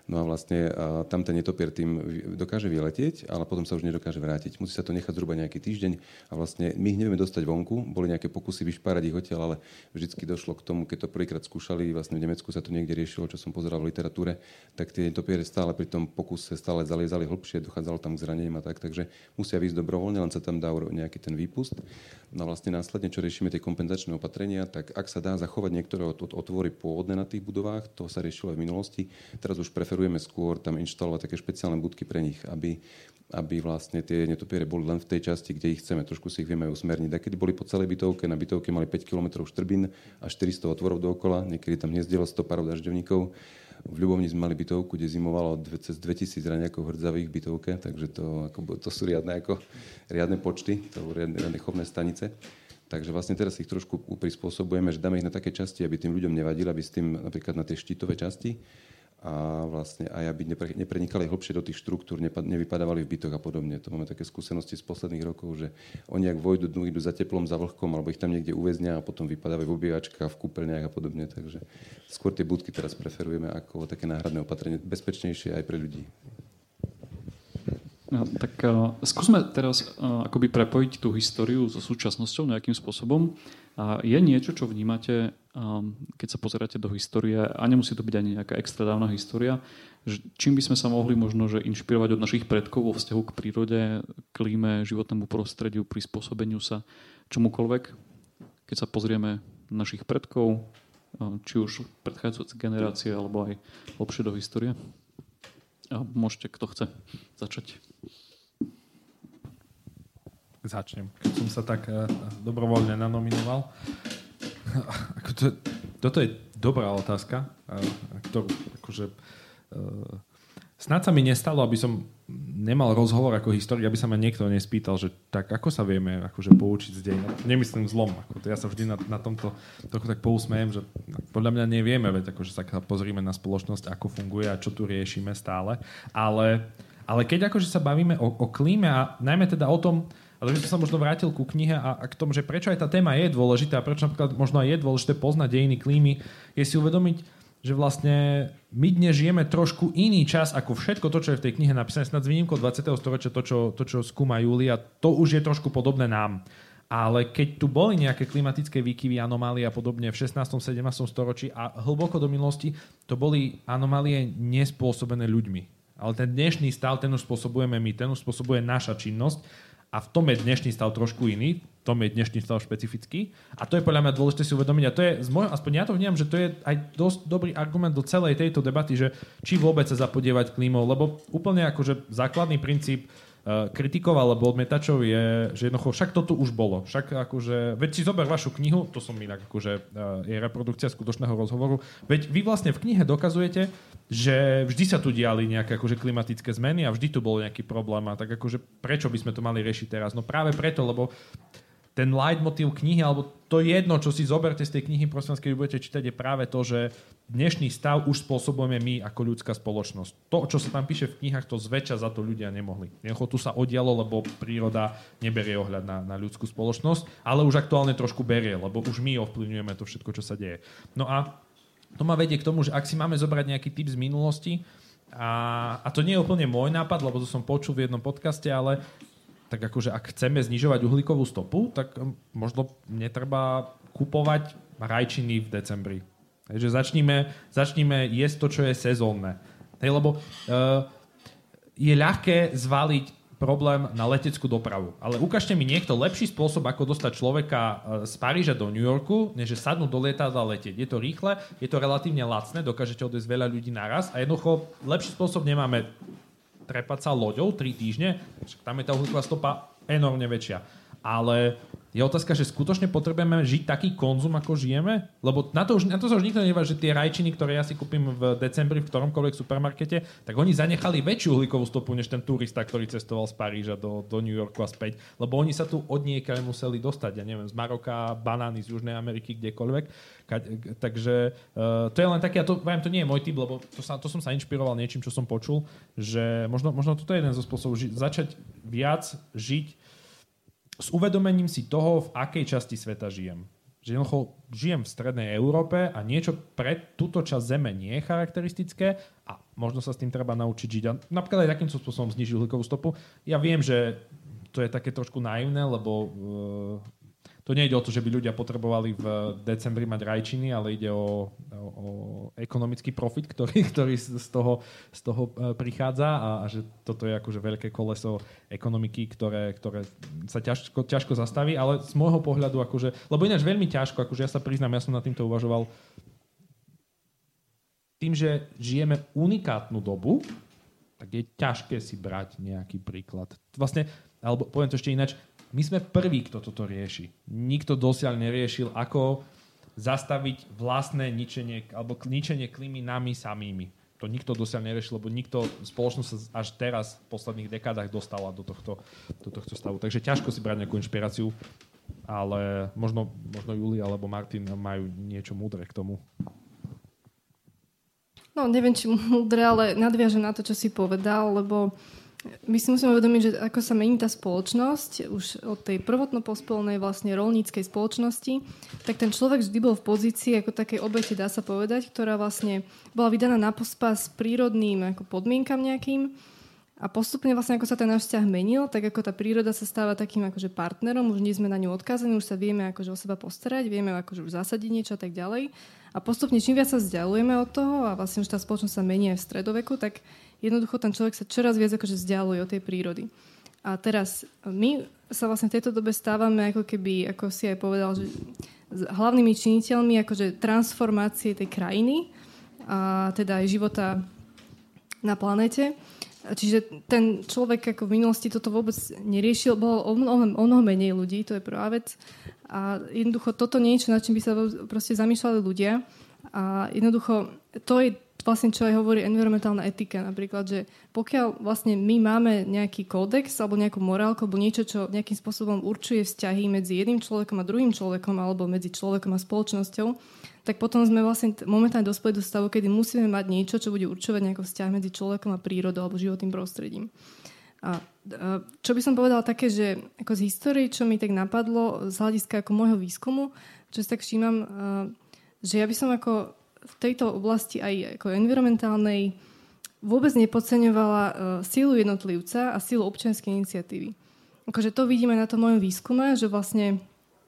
No a vlastne a tam ten netopier tým dokáže vyletieť, ale potom sa už nedokáže vrátiť. Musí sa to nechať zhruba nejaký týždeň a vlastne my ich nevieme dostať vonku. Boli nejaké pokusy vyšpárať ich odtiaľ, ale vždycky došlo k tomu, keď to prvýkrát skúšali, vlastne v Nemecku sa to niekde riešilo, čo som pozeral v literatúre, tak tie netopiere stále pri tom pokuse stále zaliezali hlbšie, dochádzalo tam k zraneniam a tak, takže musia výjsť dobrovoľne, len sa tam dá nejaký ten výpust. No a vlastne následne, čo riešime tie kompenzačné opatrenia, tak ak sa dá zachovať niektoré otvory pôvodné na tých budovách, to sa riešilo aj v minulosti. Teraz už preferujeme skôr tam inštalovať také špeciálne budky pre nich, aby, aby vlastne tie netopiere boli len v tej časti, kde ich chceme. Trošku si ich vieme usmerniť. A keď boli po celej bytovke, na bytovke mali päť kilometrov štrbín a štyristo otvorov dookola, niekedy tam hniezdilo sto párov dažďovníkov. V Ľubovni sme mali bytovku, kde zimovalo cez dvetisíc raňakov hrdzavých v bytovke, takže to, ako, to sú riadne, ako, riadne počty, to sú riadne, riadne chovné stanice. Takže vlastne teraz ich trošku prispôsobujeme, že dáme ich na také časti, aby tým ľuďom nevadili, aby s tým napríklad na tie štítové časti a vlastne aj aby nepre, neprenikali hlbšie do tých štruktúr, nevypadávali v bytoch a podobne. To máme také skúsenosti z posledných rokov, že oni ak vojdu, idú za teplom, za vlhkom, alebo ich tam niekde uväznia a potom vypadávajú v obývačkách, v kúpeľniach a podobne. Takže skôr tie budky teraz preferujeme ako také náhradné opatrenie, bezpečnejšie aj pre ľudí. No, tak uh, skúsme teraz uh, akoby prepojiť tú históriu so súčasnosťou nejakým spôsobom. Uh, je niečo, čo vnímate, um, keď sa pozeráte do histórie, a nemusí to byť ani nejaká extra dávna história, že čím by sme sa mohli možno že inšpirovať od našich predkov vo vzťahu k prírode, klíme, životnému prostrediu, prispôsobeniu sa čomukoľvek? Keď sa pozrieme na našich predkov, uh, či už predchádzajúce generácie, alebo aj hlbšie do histórie. A môžete, kto chce, začať. Začnem. Keď som sa tak uh, dobrovoľne nanominoval. to, toto je dobrá otázka, uh, ktorú akože uh, snáď sa mi nestalo, aby som nemal rozhovor ako historik, aby sa ma niekto nespýtal, že tak ako sa vieme akože poučiť z dejín. Nemyslím zlom. Ako to ja sa vždy na, na tomto trochu tak pousmejem, že podľa mňa nevieme, veď akože sa pozrime na spoločnosť, ako funguje a čo tu riešime stále. Ale, ale keď akože sa bavíme o, o klíme a najmä teda o tom, ale že som sa možno vrátil ku knihe a, a k tomu, že prečo aj tá téma je dôležitá a prečo napríklad možno aj je dôležité poznať dejiny klímy, je si uvedomiť, že vlastne my dnes žijeme trošku iný čas ako všetko to, čo je v tej knihe napísané, snad s výnimkou dvadsiateho storočia, to čo, to, čo skúma Júlia, to už je trošku podobné nám. Ale keď tu boli nejaké klimatické výkyvy, anomálie a podobne v šestnástom sedemnástom storočí a hlboko do minulosti, to boli anomálie nespôsobené ľuďmi. Ale ten dnešný stav, ten už spôsobujeme my, ten už spôsobuje naša činnosť a v tom je dnešný stav trošku iný, v tom je dnešný stav špecifický a to je podľa mňa dôležité si uvedomiť a to je, z môjho, aspoň ja to vnímam, že to je aj dosť dobrý argument do celej tejto debaty, že či vôbec sa zapodievať klímou, lebo úplne akože základný princíp kritikov alebo odmietačov je, že jednoducho však to tu už bolo. Však akože, veď si zober vašu knihu, to som inak akože je reprodukcia skutočného rozhovoru, veď vy vlastne v knihe dokazujete, že vždy sa tu diali nejaké akože klimatické zmeny a vždy tu bol nejaký problém a tak akože prečo by sme to mali riešiť teraz? No práve preto, lebo ten leitmotív knihy, alebo to jedno, čo si zoberte z tej knihy, prosím vás, keď budete čítať, je práve to, že dnešný stav už spôsobujeme my ako ľudská spoločnosť. To, čo sa tam píše v knihách, to zväčša za to ľudia nemohli. Jednoducho tu sa odialo, lebo príroda neberie ohľad na, na ľudskú spoločnosť, ale už aktuálne trošku berie, lebo už my ovplyvňujeme to všetko, čo sa deje. No a to ma vedie k tomu, že ak si máme zobrať nejaký tip z minulosti, a, a to nie je úplne môj nápad, lebo to som počul v jednom podcaste, ale tak akože ak chceme znižovať uhlíkovú stopu, tak možno netreba kupovať rajčiny v decembri. Takže začníme, začníme jesť to, čo je sezónne. Hej, lebo uh, je ľahké zvaliť problém na leteckú dopravu. Ale ukážte mi niekto lepší spôsob, ako dostať človeka z Paríža do New Yorku, než že sadnúť do lietadla a letieť. Je to rýchle, je to relatívne lacné, dokážete odviesť veľa ľudí naraz a jednoducho lepší spôsob nemáme trepať sa loďou tri týždne, tam je tá uhlíková stopa enormne väčšia. Ale je otázka, že skutočne potrebujeme žiť taký konzum, ako žijeme? Lebo na to, už, na to sa už nikto nedíva, že tie rajčiny, ktoré ja si kúpim v decembri v ktoromkoľvek supermarkete, tak oni zanechali väčšiu uhlíkovú stopu, než ten turista, ktorý cestoval z Paríža do, do New Yorku a späť. Lebo oni sa tu odniekaľ museli dostať, ja neviem, z Maroka, banány z Južnej Ameriky, kdekoľvek. Takže uh, to je len také, a to, viem, to nie je môj typ, lebo to, sa, to som sa inšpiroval niečím, čo som počul, že možno, možno toto je jeden zo spôsobov, ži- začať viac žiť s uvedomením si toho, v akej časti sveta žijem. Že jednoducho žijem v strednej Európe a niečo pre túto časť Zeme nie je charakteristické a možno sa s tým treba naučiť žiť. A napríklad aj takýmto spôsobom znižiť uhlíkovú stopu. Ja viem, že to je také trošku naivné, lebo uh, to nejde o to, že by ľudia potrebovali v decembri mať rajčiny, ale ide o, o, o ekonomický profit, ktorý, ktorý z toho, z toho prichádza a, a že toto je akože veľké koleso ekonomiky, ktoré, ktoré sa ťažko, ťažko zastaví, ale z môjho pohľadu, akože, lebo ináč veľmi ťažko, akože ja sa priznám, ja som nad týmto uvažoval, tým, že žijeme unikátnu dobu, tak je ťažké si brať nejaký príklad. Vlastne, alebo poviem to ešte ináč, my sme prví, kto toto rieši. Nikto dosiaľ neriešil, ako zastaviť vlastné ničenie alebo ničenie klímy nami samými. To nikto dosiaľ neriešil, lebo nikto, spoločnosť sa až teraz v posledných dekádach dostala do tohto, do tohto stavu. Takže ťažko si brať nejakú inšpiráciu, ale možno, možno Juli alebo Martin majú niečo múdre k tomu. No, neviem, či múdre, ale nadviažem na to, čo si povedal, lebo my si musíme uvedomiť, že ako sa mení tá spoločnosť, už od tej prvotno-pospolnej vlastne roľníckej spoločnosti, tak ten človek vždy bol v pozícii ako takej obete, dá sa povedať, ktorá vlastne bola vydaná na pospas prírodným ako podmienkam nejakým a postupne vlastne ako sa ten náš vzťah menil, tak ako tá príroda sa stáva takým akože partnerom, už nie sme na ňu odkázaní, už sa vieme akože o seba postarať, vieme akože už zasadiť niečo a tak ďalej. A postupne čím viac sa vzdialujeme od toho a vlastne už tá spoločnosť sa mení aj v stredoveku, tak jednoducho ten človek sa čoraz viac akože vzdialuje od tej prírody. A teraz my sa vlastne v tejto dobe stávame ako keby, ako si aj povedal, že hlavnými činiteľmi akože transformácie tej krajiny a teda aj života na planéte. Čiže ten človek ako v minulosti toto vôbec neriešil, bolo o mnoho, o mnoho menej ľudí, to je prvá vec. A jednoducho toto niečo, nad čím by sa proste zamýšľali ľudia. A jednoducho to je vlastne, čo aj hovorí environmentálna etika napríklad, že pokiaľ vlastne my máme nejaký kódex alebo nejakú morálku alebo niečo, čo nejakým spôsobom určuje vzťahy medzi jedným človekom a druhým človekom alebo medzi človekom a spoločnosťou, tak potom sme vlastne momentálne dospeli do stavu, kedy musíme mať niečo, čo bude určovať nejaký vzťah medzi človekom a prírodou alebo životným prostredím. A čo by som povedala také, že ako z histórie, čo mi tak napadlo z hľadiska ako môjho výskumu, čo si tak všímam, že ja by som ako v tejto oblasti aj ako environmentálnej vôbec nepodceňovala uh, silu jednotlivca a silu občianskej iniciatívy. Akože to vidíme na tom mojom výskume, že vlastne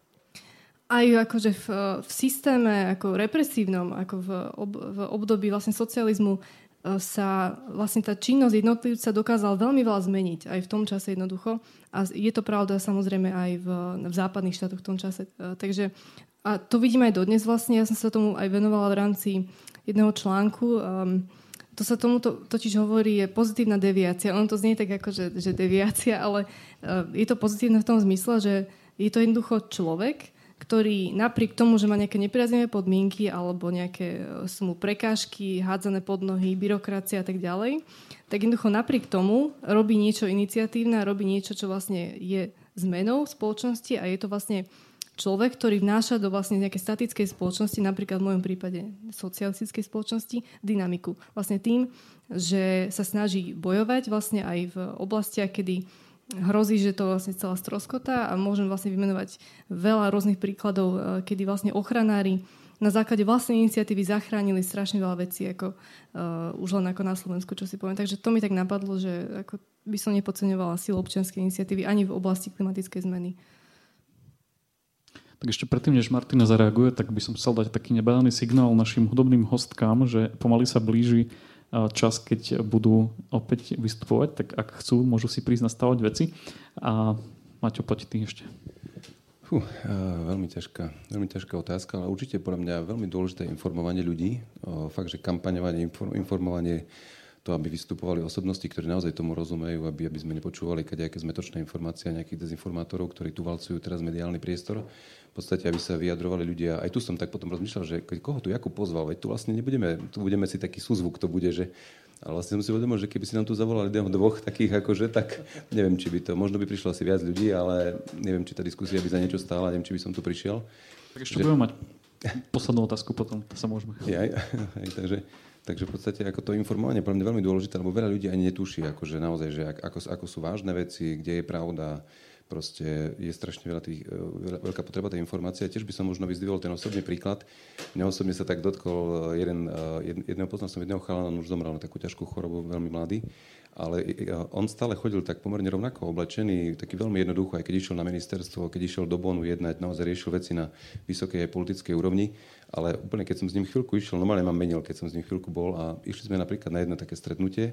aj akože v, v systéme ako represívnom, ako v, ob, v období vlastne socializmu uh, sa vlastne tá činnosť jednotlivca dokázala veľmi veľa zmeniť aj v tom čase jednoducho. A je to pravda samozrejme aj v, v západných štátoch v tom čase. Uh, takže a to vidíme aj dodnes vlastne. Ja som sa tomu aj venovala v rámci jedného článku. Um, to sa tomu to, totiž hovorí, je pozitívna deviácia. Ono to znie tak ako, že, že deviácia, ale uh, je to pozitívne v tom zmysle, že je to jednoducho človek, ktorý napriek tomu, že má nejaké nepriaznivé podmienky alebo nejaké sú mu prekážky, hádzané pod nohy, byrokracia a tak ďalej, tak jednoducho napriek tomu robí niečo iniciatívne a robí niečo, čo vlastne je zmenou v spoločnosti a je to vlastne človek, ktorý vnáša do vlastne nejakej statickej spoločnosti, napríklad v mojom prípade socialistickej spoločnosti, dynamiku. Vlastne tým, že sa snaží bojovať vlastne aj v oblastiach, kedy hrozí, že to vlastne celá stroskotá a môžem vlastne vymenovať veľa rôznych príkladov, kedy vlastne ochranári na základe vlastnej iniciatívy zachránili strašne veľa vecí, ako uh, už len ako na Slovensku, čo si poviem. Takže to mi tak napadlo, že ako by som nepodceňovala silu občianskej iniciatívy ani v oblasti klimatickej zmeny. Tak ešte predtým, než Martina zareaguje, tak by som chcel dať taký nebádaný signál našim hudobným hostkám, že pomaly sa blíži čas, keď budú opäť vystupovať, tak ak chcú, môžu si prísť nastavovať veci. A Maťo, poď ty ešte. Fú, veľmi ťažká, veľmi ťažká otázka, ale určite podľa mňa veľmi dôležité informovanie ľudí. Fakt, že kampaňovanie, informovanie, to, aby vystupovali osobnosti, ktoré naozaj tomu rozumejú, aby, aby sme nepočúvali kadejaké zmetočné informácie a nejakých dezinformátorov, ktorí tu valcujú teraz mediálny priestor. V podstate, aby sa vyjadrovali ľudia. Aj tu som tak potom rozmýšľal, že koho tu Jakub pozval, veď tu vlastne nebudeme, tu budeme si taký súzvuk, to bude, že... Ale vlastne som si uvedomil, že keby si nám tu zavolali dvoch takých, akože, tak neviem, či by to... Možno by prišlo asi viac ľudí, ale neviem, či tá diskusia by za niečo stála, neviem, či by som tu prišiel. Tak ešte že... budeme mať poslednú otázku potom, to sa môžeme. Ja, aj, takže... Takže v podstate ako to informovanie je pre mňa veľmi dôležité, lebo veľa ľudí ani netuší, akože naozaj, že ako, ako sú vážne veci, kde je pravda. Proste je strašne veľa tých, veľa, veľká potreba tej informácie. A tiež by som možno vyzdvihol ten osobný príklad. Mňa osobne sa tak dotkol jeden, jedného, poznal som jedného chalana, on už zomrel na takú ťažkú chorobu, veľmi mladý. Ale on stále chodil tak pomerne rovnako oblečený, taký veľmi jednoducho, aj keď išiel na ministerstvo, keď išiel do Bonu jednať, naozaj riešil veci na vysokej politickej úrovni. Ale úplne, keď som s ním chvíľku išiel, normálne ma menil, keď som s ním chvíľku bol a išli sme napríklad na jedno také stretnutie,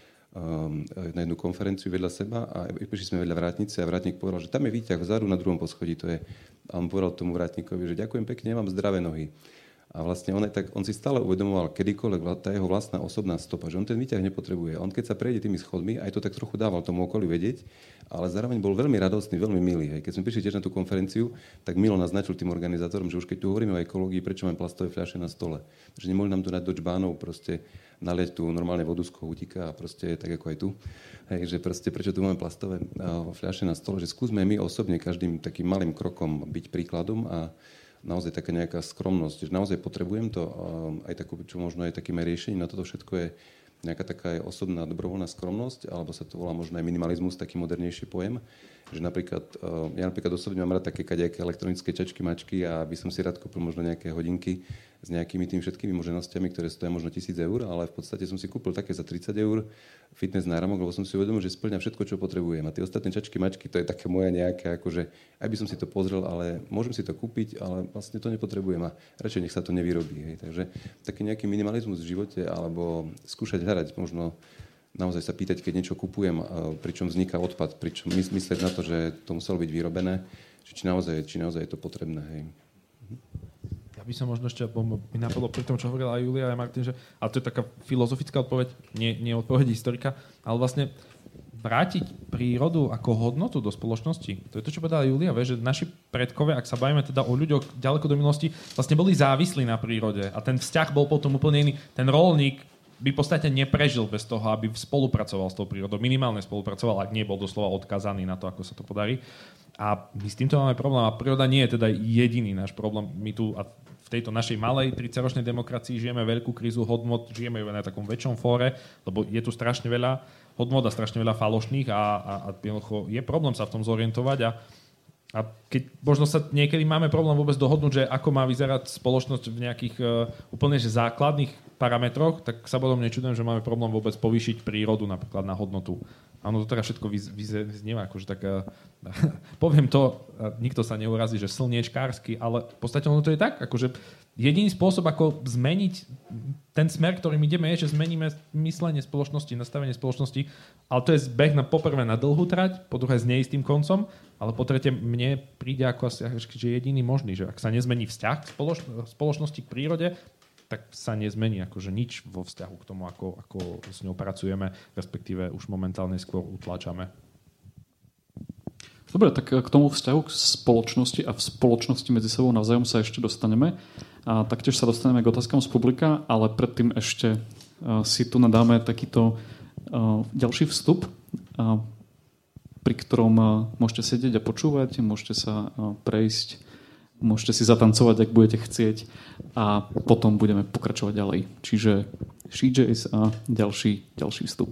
na jednu konferenciu vedľa seba a prišli sme vedľa vrátnice a vrátnik povedal, že tam je výťah vzadu na druhom poschodí, to je. A on povedal tomu vrátnikovi, že ďakujem pekne, mám zdravé nohy. A vlastne on, tak, on si stále uvedomoval kedykoľvek tá jeho vlastná osobná stopa, že on ten výťah nepotrebuje. On keď sa prejde tými schodmi, aj to tak trochu dával tomu okoliu vedieť, ale zároveň bol veľmi radostný, veľmi milý. Hej. Keď sme prišli tiež na tú konferenciu, tak milo naznačil tým organizátorom, že už keď tu hovoríme o ekológii, prečo máme plastové fľaše na stole? Že nemohli nám tu dať do čbánov, proste naliať tu normálne vodu z kohútika a proste tak ako aj tu. Hej, že proste prečo tu máme plastové fľaše na stole, že skúsme my osobne každým takým malým krokom byť príkladom a naozaj taká nejaká skromnosť, že naozaj potrebujem to, aj takú, čo možno aj takým riešením na toto všetko je nejaká taká osobná dobrovoľná skromnosť, alebo sa to volá možno aj minimalizmus, taký modernejší pojem, že napríklad, ja napríklad osobne mám rád také kadejaké elektronické čačky, mačky a by som si rád kúpil možno nejaké hodinky s nejakými tým všetkými možnosťami, ktoré stojí možno tisíc eur, ale v podstate som si kúpil také za tridsať eur fitness náramok, lebo som si uvedomil, že spĺňa všetko, čo potrebujem. A tie ostatné čačky, mačky, to je také moje nejaké, akože, aj by som si to pozrel, ale môžem si to kúpiť, ale vlastne to nepotrebujem a radšej nech sa to nevyrobí. Hej. Takže taký nejaký minimalizmus v živote, alebo skúšať hľadať, možno naozaj sa pýtať, keď niečo kupujem, pričom vzniká odpad, pričom myslieť na to, že to muselo byť vyrobené, či naozaj, či naozaj je to potrebné. Hej. By som možno ešte, mi napadlo pri tom, čo hovorila aj Julia a Martin, že, ale to je taká filozofická odpoveď, nie, nie odpoveď historika, ale vlastne vrátiť prírodu ako hodnotu do spoločnosti. To je to, čo povedala Julia, vie, že naši predkovia, ak sa bavíme teda o ľuďoch ďaleko do minulosti, vlastne boli závislí na prírode a ten vzťah bol potom úplne iný. Ten roľník by v podstate neprežil bez toho, aby spolupracoval s tou prírodou. Minimálne spolupracoval, ak nie bol doslova odkazaný na to, ako sa to podarí. A my s týmto máme problém. A príroda nie je teda jediný náš problém. My tu a v tejto našej malej tridsaťročnej demokracii žijeme veľkú krízu hodnot, žijeme na takom väčšom fóre, lebo je tu strašne veľa hodnot a strašne veľa falošných a, a, a je problém sa v tom zorientovať a, a keď možno sa niekedy máme problém vôbec dohodnúť, že ako má vyzerať spoločnosť v nejakých uh, úplne že základných parametroch, tak sa potom nečudujem, že máme problém vôbec povýšiť prírodu napríklad na hodnotu. Áno, to teda všetko vyznieva, akože tak uh, poviem to, uh, nikto sa neurazí, že slniečkársky, ale v podstate ono to je tak, akože jediný spôsob, ako zmeniť ten smer, ktorým ideme, je, že zmeníme myslenie spoločnosti, nastavenie spoločnosti, ale to je zbeh na poprvé na dlhú trať, po druhé s neistým koncom, ale po tretie mne príde ako asi, že jediný možný, že ak sa nezmení vzťah k spoloč- spoločnosti k prírode, tak sa nezmení akože nič vo vzťahu k tomu, ako, ako s ňou pracujeme, respektíve už momentálne skôr utláčame. Dobre, tak k tomu vzťahu k spoločnosti a v spoločnosti medzi sebou navzájom sa ešte dostaneme. A taktiež sa dostaneme k otázkam z publika, ale predtým ešte uh, si tu nadáme takýto uh, ďalší vstup, uh, pri ktorom uh, môžete sedieť a počúvať, môžete sa uh, prejsť, môžete si zatancovať, ak budete chcieť a potom budeme pokračovať ďalej. Čiže She Jays a ďalší, ďalší vstup.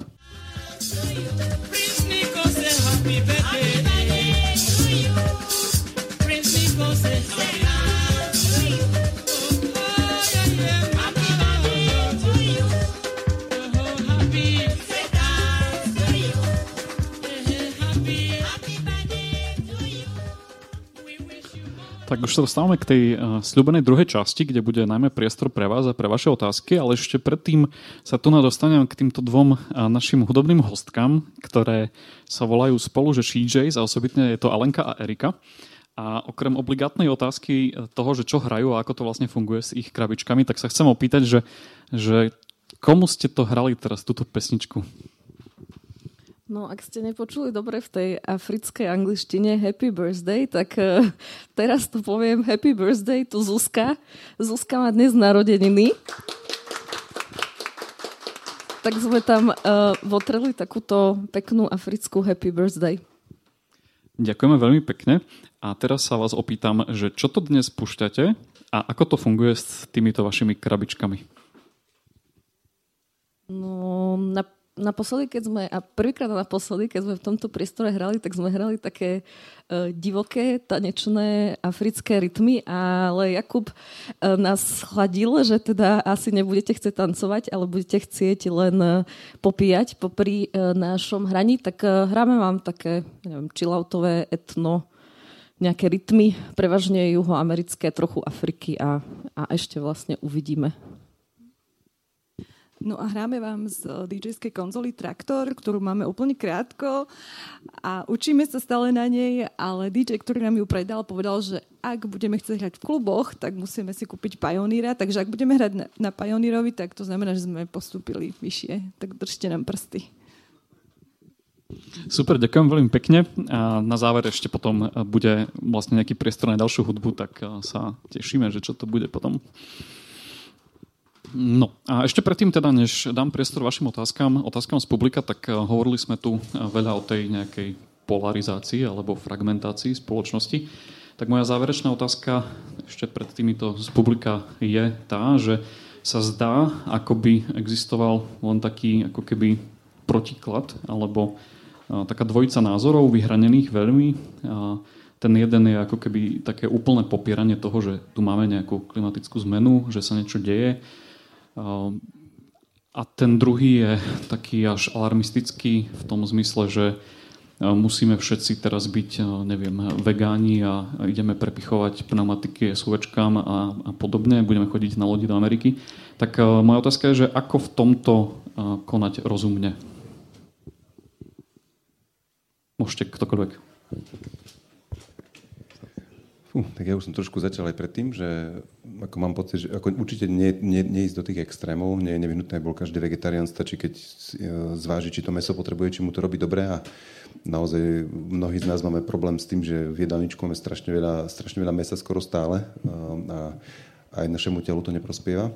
Tak už sa dostávame k tej uh, sľubenej druhej časti, kde bude najmä priestor pre vás a pre vaše otázky, ale ešte predtým sa tu dostaneme k týmto dvom uh, našim hudobným hostkám, ktoré sa volajú spolu, že She Jays a osobitne je to Alenka a Erika. A okrem obligátnej otázky toho, že čo hrajú a ako to vlastne funguje s ich krabičkami, tak sa chcem opýtať, že, že komu ste to hrali teraz, túto pesničku? No, ak ste nepočuli dobre v tej africkej angličtine Happy Birthday, tak uh, teraz to poviem Happy Birthday tu Zuzka. Zuzka má dnes narodeniny. Tak sme tam uh, votreli takúto peknú africkú Happy Birthday. Ďakujeme veľmi pekne. A teraz sa vás opýtam, že čo to dnes púšťate a ako to funguje s týmito vašimi krabičkami? No, na naposledy, keď sme, a prvýkrát a naposledy, keď sme v tomto priestore hrali, tak sme hrali také uh, divoké, tanečné africké rytmy, ale Jakub uh, nás chladil, že teda asi nebudete chcieť tancovať, ale budete chcieť len uh, popíjať popri uh, našom hraní, tak uh, hráme vám také, neviem, chilloutové etno, nejaké rytmy, prevažne juhoamerické, trochu Afriky a, a ešte vlastne uvidíme. No a hráme vám z dý džejskej konzoly Traktor, ktorú máme úplne krátko a učíme sa stále na nej, ale dý džej, ktorý nám ju predal, povedal, že ak budeme chcieť hrať v kluboch, tak musíme si kúpiť Pioneera, takže ak budeme hrať na, na Pioneerovi, tak to znamená, že sme postúpili vyššie, tak držte nám prsty. Super, ďakujem veľmi pekne. A na záver ešte potom bude vlastne nejaký priestor na ďalšiu hudbu, tak sa tešíme, že čo to bude potom. No a ešte predtým teda, než dám priestor vašim otázkam, otázkam z publika, tak hovorili sme tu veľa o tej nejakej polarizácii alebo fragmentácii spoločnosti. Tak moja záverečná otázka ešte pred týmito z publika je tá, že sa zdá, ako by existoval len taký ako keby protiklad alebo taká dvojica názorov vyhranených veľmi. A ten jeden je ako keby také úplné popieranie toho, že tu máme nejakú klimatickú zmenu, že sa niečo deje. A ten druhý je taký až alarmistický v tom zmysle, že musíme všetci teraz byť, neviem, vegáni a ideme prepichovať pneumatiky SUVčkám a, a podobne, budeme chodiť na lodi do Ameriky. Tak moja otázka je, že ako v tomto konať rozumne? Môžete ktokoľvek. Fú, tak ja už som trošku začal aj predtým, že ako mám pocit, že ako určite nie, nie, neísť do tých extrémov, nie je nevyhnutné, bol každý vegetarián, stačí, keď zváži, či to mäso potrebuje, či mu to robí dobre a naozaj mnohí z nás máme problém s tým, že v jedálničku máme strašne veľa, strašne veľa mäsa skoro stále a aj našemu telu to neprospieva.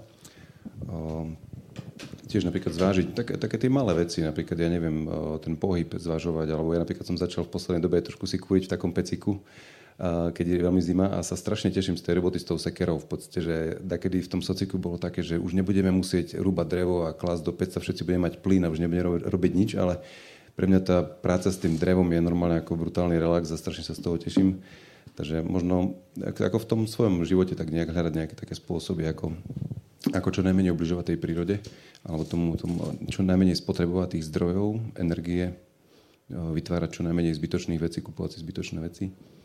Tiež napríklad zvážiť také, také tie malé veci, napríklad, ja neviem, ten pohyb zvažovať, alebo ja napríklad som začal v poslednej dobe trošku si kúriť v takom peciku, keď je veľmi zima a sa strašne teším z tej roboty s tou sekerou. V podstate, že dakedy v tom sociku bolo také, že už nebudeme musieť rúbať drevo a klásť do peca, všetci budeme mať plyn a už nebudeme robiť nič, ale pre mňa tá práca s tým drevom je normálne ako brutálny relax a strašne sa z toho teším. Takže možno ako v tom svojom živote tak nejak hľadať nejaké také spôsoby, ako, ako čo najmenej ubližovať tej prírode, alebo tomu, tomu čo najmenej spotrebovať tých zdrojov, energie, vytvárať čo najmenej zbytočných vecí, kupovať si zbytočné veci.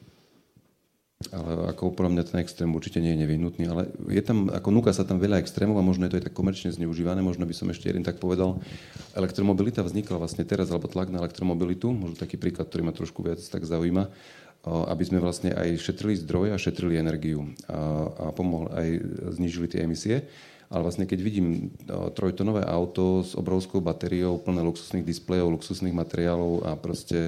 Ale ako podľa mňa ten extrém určite nie je nevyhnutný, ale je tam, ako núka sa tam veľa extrémov a možno je to aj tak komerčne zneužívané, možno by som ešte jeden tak povedal. Elektromobilita vznikla vlastne teraz, alebo tlak na elektromobilitu, možno taký príklad, ktorý ma trošku viac tak zaujíma, aby sme vlastne aj šetrili zdroje a šetrili energiu a, a pomohli aj znížili tie emisie. Ale vlastne keď vidím trojtonové auto s obrovskou batériou, plné luxusných displejov, luxusných materiálov a proste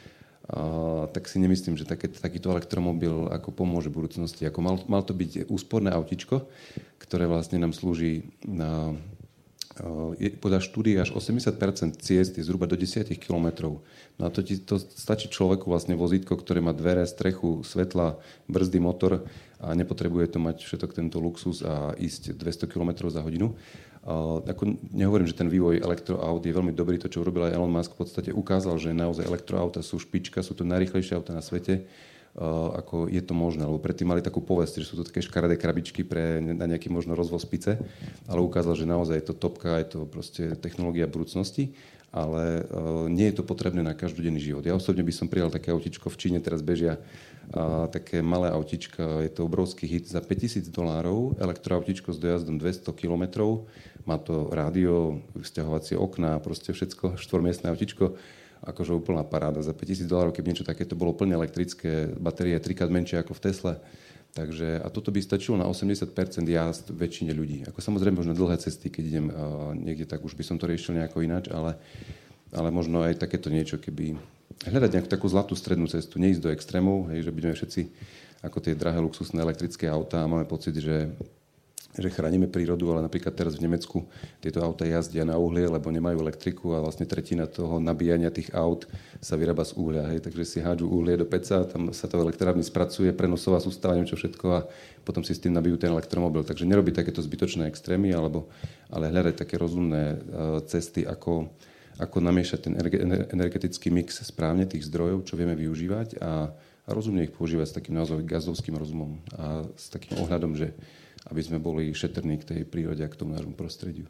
Uh, tak si nemyslím, že také, takýto elektromobil ako pomôže v budúcnosti. Ako mal, mal to byť úsporné autičko, ktoré vlastne nám slúži na uh, je, podľa štúdie až osemdesiat percent ciest je zhruba do desať kilometrov. No a to, ti, to stačí človeku vlastne vozítko, ktoré má dvere, strechu, svetla, brzdy, motor a nepotrebuje to mať všetok tento luxus a ísť dvesto kilometrov za hodinu. Uh, ako nehovorím, že ten vývoj elektroaut je veľmi dobrý, to, čo urobil aj Elon Musk, v podstate ukázal, že naozaj elektroauta sú špička, sú to najrýchlejšie auta na svete, uh, ako je to možné, lebo predtým mali takú povesť, že sú to také škaredé krabičky pre, na nejaký možno rozvoz pice, ale ukázal, že naozaj je to topka, je to proste technológia budúcnosti, ale uh, nie je to potrebné na každodenný život. Ja osobne by som prijal také autičko, v Číne teraz bežia uh, také malé autička, je to obrovský hit za päťtisíc dolárov, elektroautičko s dojazdom dvesto kilometrov, má to rádio, vzťahovacie okná, proste všetko, štvormiestne autičko, akože úplná paráda. Za päťtisíc dolárov, keby niečo takéto bolo plne elektrické, batérie trikrát menšie ako v Tesle. Takže, a toto by stačilo na osemdesiat percent jazd väčšine ľudí. Ako samozrejme možno dlhé cesty, keď idem uh, niekde, tak už by som to riešil nejako ináč, ale, ale možno aj takéto niečo, keby hľadať nejakú takú zlatú strednú cestu, neísť do extrémov, hej, že budeme všetci ako tie drahé luxusné elektrické autá a máme pocit, že že chránime prírodu, ale napríklad teraz v Nemecku tieto auta jazdia na uhlie, lebo nemajú elektriku a vlastne tretina toho nabíjania tých aut sa vyrába z uhlia. Hej. Takže si hádžu uhlie do peca, tam sa to elektrárne spracuje, prenosová sústava, neviem čo všetko a potom si s tým nabijú ten elektromobil. Takže nerobiť takéto zbytočné extrémy, alebo, ale hľadať také rozumné uh, cesty, ako, ako namiešať ten energetický mix správne tých zdrojov, čo vieme využívať a, a rozumne ich používať s takým naozaj gazdovským rozumom a s takým ohľadom, že aby sme boli šetrní k tej prírode a k tomu nášmu prostrediu.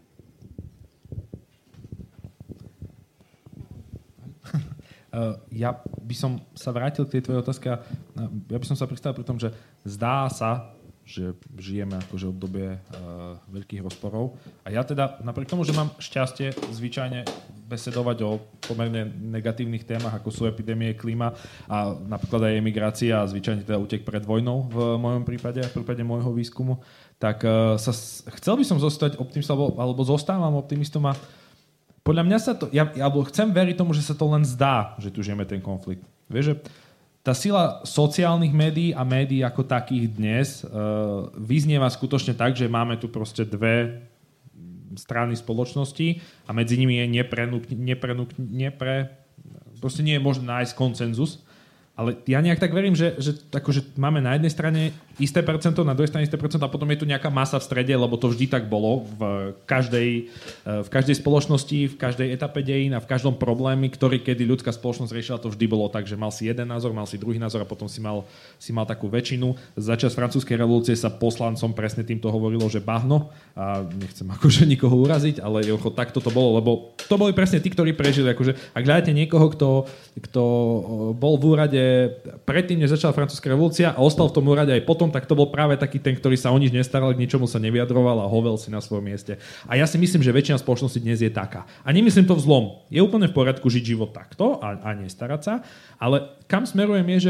Ja by som sa vrátil k tej tvojej otázke a ja by som sa pristavil pri tom, že zdá sa, že žijeme akože v obdobie uh, veľkých rozporov. A ja teda, napriek tomu, že mám šťastie zvyčajne besedovať o pomerne negatívnych témach, ako sú epidémie, klíma a napríklad aj emigrácia a zvyčajne teda útek pred vojnou v mojom prípade, v prípade môjho výskumu, tak uh, sa, chcel by som zostať optimistom, alebo, alebo zostávam optimistom a podľa mňa sa to, ja, alebo chcem veriť tomu, že sa to len zdá, že tu žijeme ten konflikt. Vieš, že tá sila sociálnych médií a médií ako takých dnes uh, vyznieva skutočne tak, že máme tu proste dve strany spoločnosti a medzi nimi je neprenuk, neprenuk, nepre, proste nie je možné nájsť konsenzus. Ale ja nejak tak verím, že, že akože máme na jednej strane isté percento, na druhej strane isté percento a potom je tu nejaká masa v strede, lebo to vždy tak bolo v každej, v každej spoločnosti, v každej etape dejín a v každom probléme, ktorý kedy ľudská spoločnosť riešila, to vždy bolo tak, že mal si jeden názor, mal si druhý názor a potom si mal, si mal takú väčšinu. Začas francúzskej revolúcie sa poslancom presne týmto hovorilo, že bahno a nechcem akože nikoho uraziť, ale jocho, takto to bolo, lebo to boli presne tí, ktorí prežili. Akože, ak hľadáte niekoho, kto, kto bol v úrade predtým, než začala francúzska revolúcia a ostal v tom úrade aj potom, tak to bol práve taký ten, ktorý sa o nič nestaral, k ničomu sa nevyjadroval a hovel si na svojom mieste. A ja si myslím, že väčšina spoločnosti dnes je taká. A nemyslím to v zlom. Je úplne v poriadku žiť život takto a, a nestarať sa, ale kam smerujem je, že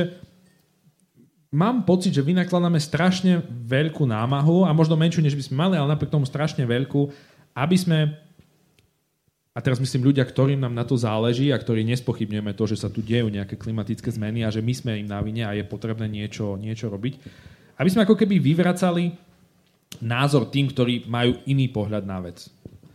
mám pocit, že vynakladáme strašne veľkú námahu a možno menšiu, než by sme mali, ale napriek tomu strašne veľkú, aby sme a teraz myslím ľudia, ktorým nám na to záleží a ktorí nespochybňujeme to, že sa tu dejú nejaké klimatické zmeny a že my sme im na vine a je potrebné niečo, niečo robiť. Aby sme ako keby vyvracali názor tým, ktorí majú iný pohľad na vec.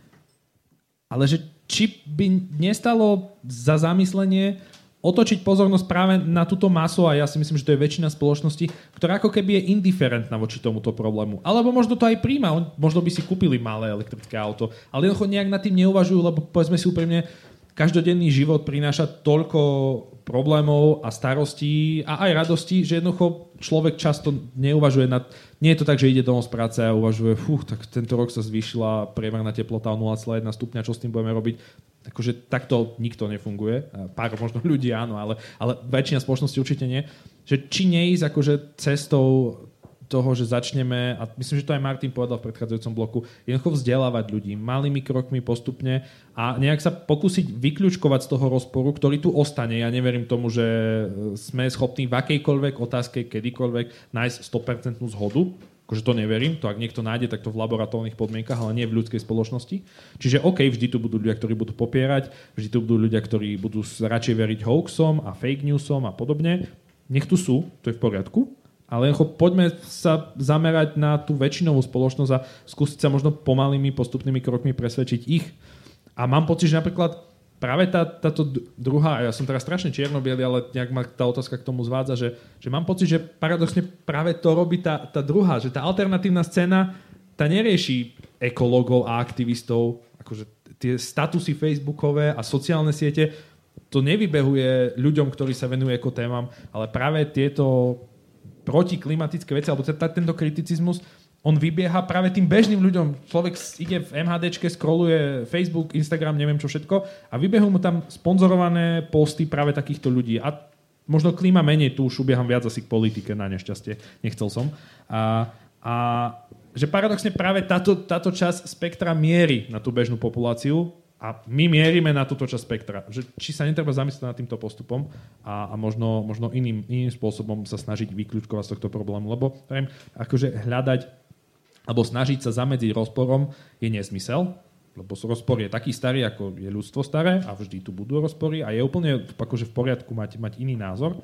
Ale že či by nestalo za zamyslenie otočiť pozornosť práve na túto masu a ja si myslím, že to je väčšina spoločnosti, ktorá ako keby je indiferentná voči tomuto problému. Alebo možno to aj príjma, možno by si kúpili malé elektrické auto, ale jednoducho nejak nad tým neuvažujú, lebo povedzme si úprimne, každodenný život prináša toľko problémov a starostí a aj radostí, že jednoducho človek často neuvažuje nad... Nie je to tak, že ide domov z práce a uvažuje, fú, tak tento rok sa zvýšila priemerná teplota o nula celá jedna stupňa, čo s tým budeme robiť? Akože takto nikto nefunguje. Pár možno ľudí áno, ale, ale väčšina spoločnosti určite nie. Že či neísť akože cestou toho, že začneme, a myslím, že to aj Martin povedal v predchádzajúcom bloku, jednoducho vzdelávať ľudí malými krokmi postupne a nejak sa pokúsiť vyklúčkovať z toho rozporu, ktorý tu ostane. Ja neverím tomu, že sme schopní v akejkoľvek otázke, kedykoľvek nájsť sto percent zhodu. Akože to neverím, to ak niekto nájde, tak to v laboratórnych podmienkach, ale nie v ľudskej spoločnosti. Čiže OK, vždy tu budú ľudia, ktorí budú popierať, vždy tu budú ľudia, ktorí budú radšej veriť hoaxom a fake newsom a podobne. Nech tu sú, to je v poriadku. Ale poďme sa zamerať na tú väčšinovú spoločnosť a skúsiť sa možno pomalými, postupnými krokmi presvedčiť ich. A mám pocit, že napríklad práve tá, táto druhá, ja som teraz strašne čierno-biely, ale nejak ma tá otázka k tomu zvádza, že, že mám pocit, že paradoxne práve to robí tá, tá druhá, že tá alternatívna scéna, tá nerieši ekológov a aktivistov, akože tie statusy facebookové a sociálne siete, to nevybehuje ľuďom, ktorí sa venujú ekotémam, ale práve tieto protiklimatické veci, alebo tento kriticizmus, on vybieha práve tým bežným ľuďom. Človek ide v MHDčke, scrolluje Facebook, Instagram, neviem čo všetko a vybehujú mu tam sponzorované posty práve takýchto ľudí. A možno klíma menej, tu už ubieham viac asi k politike, na nešťastie. Nechcel som. A, a že paradoxne práve táto, táto časť spektra mierí na tú bežnú populáciu a my mierime na túto časť spektra. Že či sa netreba zamyslieť nad týmto postupom a, a možno, možno iným, iným spôsobom sa snažiť vyklúčkovať z tohto problému. Lebo neviem, akože hľadať alebo snažiť sa zamedziť rozporom je nezmysel, lebo rozpor je taký starý, ako je ľudstvo staré a vždy tu budú rozpory a je úplne akože v poriadku mať, mať iný názor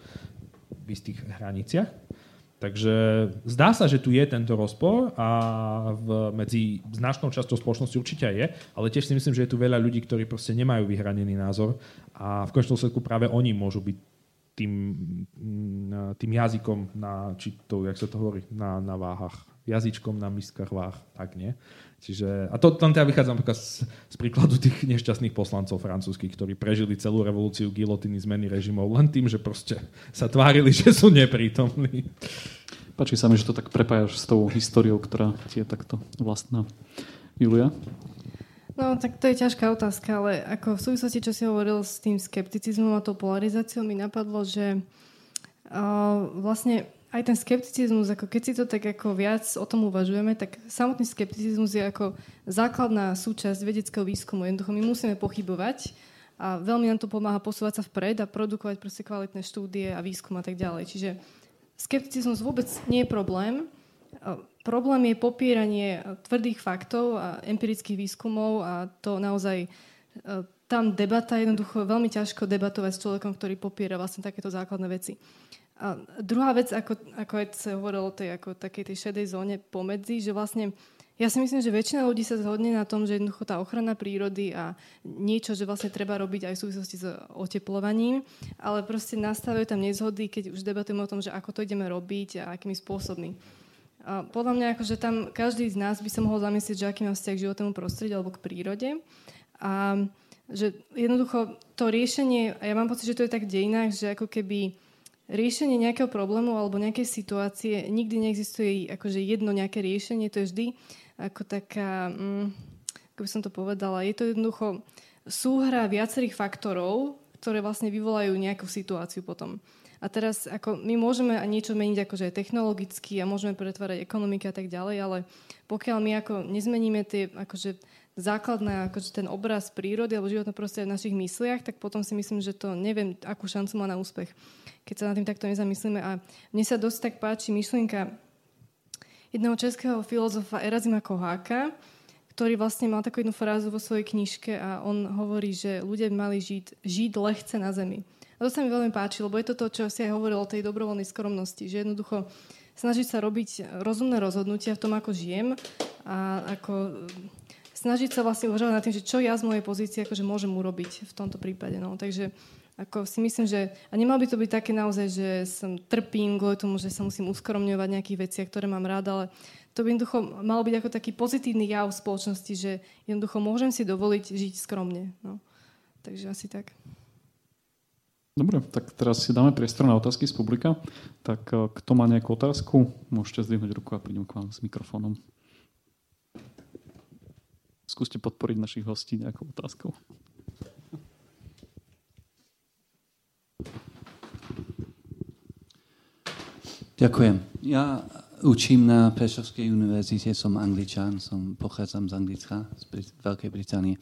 v istých hraniciach. Takže zdá sa, že tu je tento rozpor a v, medzi značnou časťou spoločnosti určite je, ale tiež si myslím, že je tu veľa ľudí, ktorí proste nemajú vyhranený názor a v konečnom dôsledku práve oni môžu byť tým, tým jazykom na, či to, jak sa to hovorí, na, na váhach. jazyčkom na miskách váh, tak nie. Čiže, a to tam teda vychádzam z, z príkladu tých nešťastných poslancov francúzskych, ktorí prežili celú revolúciu gilotiny, zmeny režimov len tým, že proste sa tvárili, že sú neprítomní. Páči sa mi, že to tak prepájaš s tou históriou, ktorá ti je takto vlastná. Julia? No, tak to je ťažká otázka, ale ako v súvislosti, čo si hovoril s tým skepticizmom a tou polarizáciou, mi napadlo, že uh, vlastne aj ten skepticizmus, ako keď si to tak ako viac o tom uvažujeme, tak samotný skepticizmus je ako základná súčasť vedeckého výskumu. Jednoducho my musíme pochybovať a veľmi nám to pomáha posúvať sa vpred a produkovať proste kvalitné štúdie a výskum a tak ďalej. Čiže skepticizmus vôbec nie je problém. Problém je popieranie tvrdých faktov a empirických výskumov a to naozaj tam debata, jednoducho veľmi ťažko debatovať s človekom, ktorý popiera vlastne takéto základné veci. A druhá vec, ako, ako aj sa hovorilo o tej, ako takej tej šedej zóne pomedzi, že vlastne ja si myslím, že väčšina ľudí sa zhodne na tom, že jednoducho tá ochrana prírody a niečo, že vlastne treba robiť aj v súvislosti s oteplovaním, ale proste nastavujú tam nezhody, keď už debatujeme o tom, že ako to ideme robiť a akými spôsobmi. A podľa mňa, akože tam každý z nás by sa mohol zamyslieť, že aký má vzťah k životnému prostrediu alebo k prírode. A že jednoducho to riešenie, a ja mám pocit, že to je tak v dejinách, že ako keby riešenie nejakého problému alebo nejakej situácie nikdy neexistuje akože jedno nejaké riešenie, to je vždy ako taká, mm, ako by som to povedala, je to jednoducho súhra viacerých faktorov, ktoré vlastne vyvolajú nejakú situáciu potom. A teraz ako my môžeme niečo meniť akože technologicky a môžeme pretvárať ekonomiky a tak ďalej, ale pokiaľ my ako nezmeníme tie akože základná akože ten obraz prírody alebo životného prostredia v našich mysliach, tak potom si myslím, že to neviem, akú šancu má na úspech, keď sa nad tým takto nezamyslíme. A mne sa dosť tak páči myšlienka jedného českého filozofa Erazima Koháka, ktorý vlastne mal takú jednu frázu vo svojej knižke a on hovorí, že ľudia by mali žiť, žiť lehce na zemi. A to sa mi veľmi páči, lebo je to to, čo si aj hovoril o tej dobrovoľnej skromnosti, že jednoducho snažiť sa robiť rozumné rozhodnutia v tom, ako žijem a ako snažiť sa vlastne uvažovať nad tým, že čo ja z mojej pozície akože môžem urobiť v tomto prípade. No. Takže ako si myslím, že a nemal by to byť také naozaj, že som trpím kvôli tomu, že sa musím uskromňovať nejakých veciach, ktoré mám rád, ale to by jednoducho malo byť ako taký pozitívny jav v spoločnosti, že jednoducho môžem si dovoliť žiť skromne. No. Takže asi tak. Dobre, tak teraz si dáme priestor na otázky z publika. Tak kto má nejakú otázku, môžete zdvihnúť ruku a prídem k vám s mikrofónom. Skúste podporiť našich hostí nejakou otázkou. Ďakujem. Ja učím na Prešovskej univerzite, som Angličan, som pochádzam z Anglicka, z Brit- Veľkej Británie.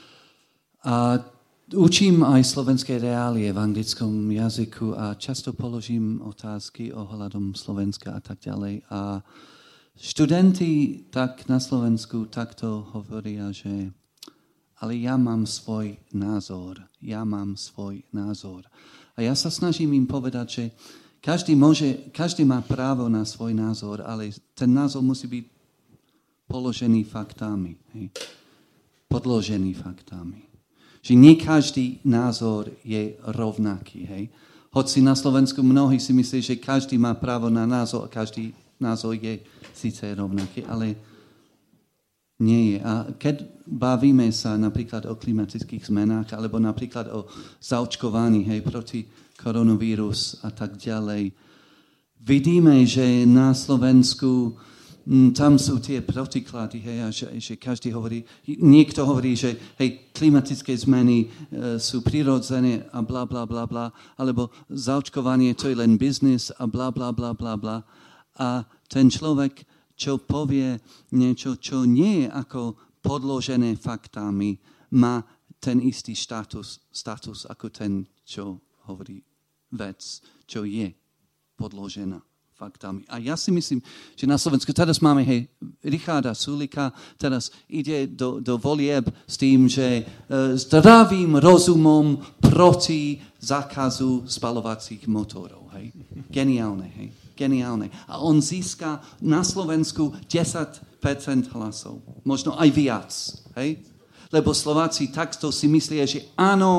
A učím aj slovenské reálie v anglickom jazyku a často položím otázky ohľadom Slovenska a tak ďalej. A študenti tak na Slovensku takto hovoria, že ale ja mám svoj názor, ja mám svoj názor. A ja sa snažím im povedať, že každý, môže, každý má právo na svoj názor, ale ten názor musí byť položený faktami, hej? Podložený faktami. Že nie každý názor je rovnaký. Hej? Hoci na Slovensku mnohí si myslí, že každý má právo na názor a každý názor je síce rovnaký, ale nie je. A keď bavíme sa napríklad o klimatických zmenách alebo napríklad o zaočkovaní, hej, proti koronavírus a tak ďalej, vidíme, že na Slovensku tam sú tie protiklady, hej, a že, že každý hovorí, niekto hovorí, že hej, klimatické zmeny e, sú prirodzené a bla, bla, bla, bla, alebo zaočkovanie to je len biznis a bla, bla, bla, bla, bla. A ten človek, čo povie niečo, čo nie je ako podložené faktami, má ten istý status, status ako ten, čo hovorí vec, čo je podložená faktami. A ja si myslím, že na Slovensku teraz máme hej, Richarda Sulika, teraz ide do, do volieb s tým, že uh, zdravým rozumom proti zákazu spalovacích motorov. Hej. Geniálne, hej. Geniálne. A on získa na Slovensku desať percent hlasov. Možno aj viac. Hej. Lebo Slováci takto si myslia, že áno,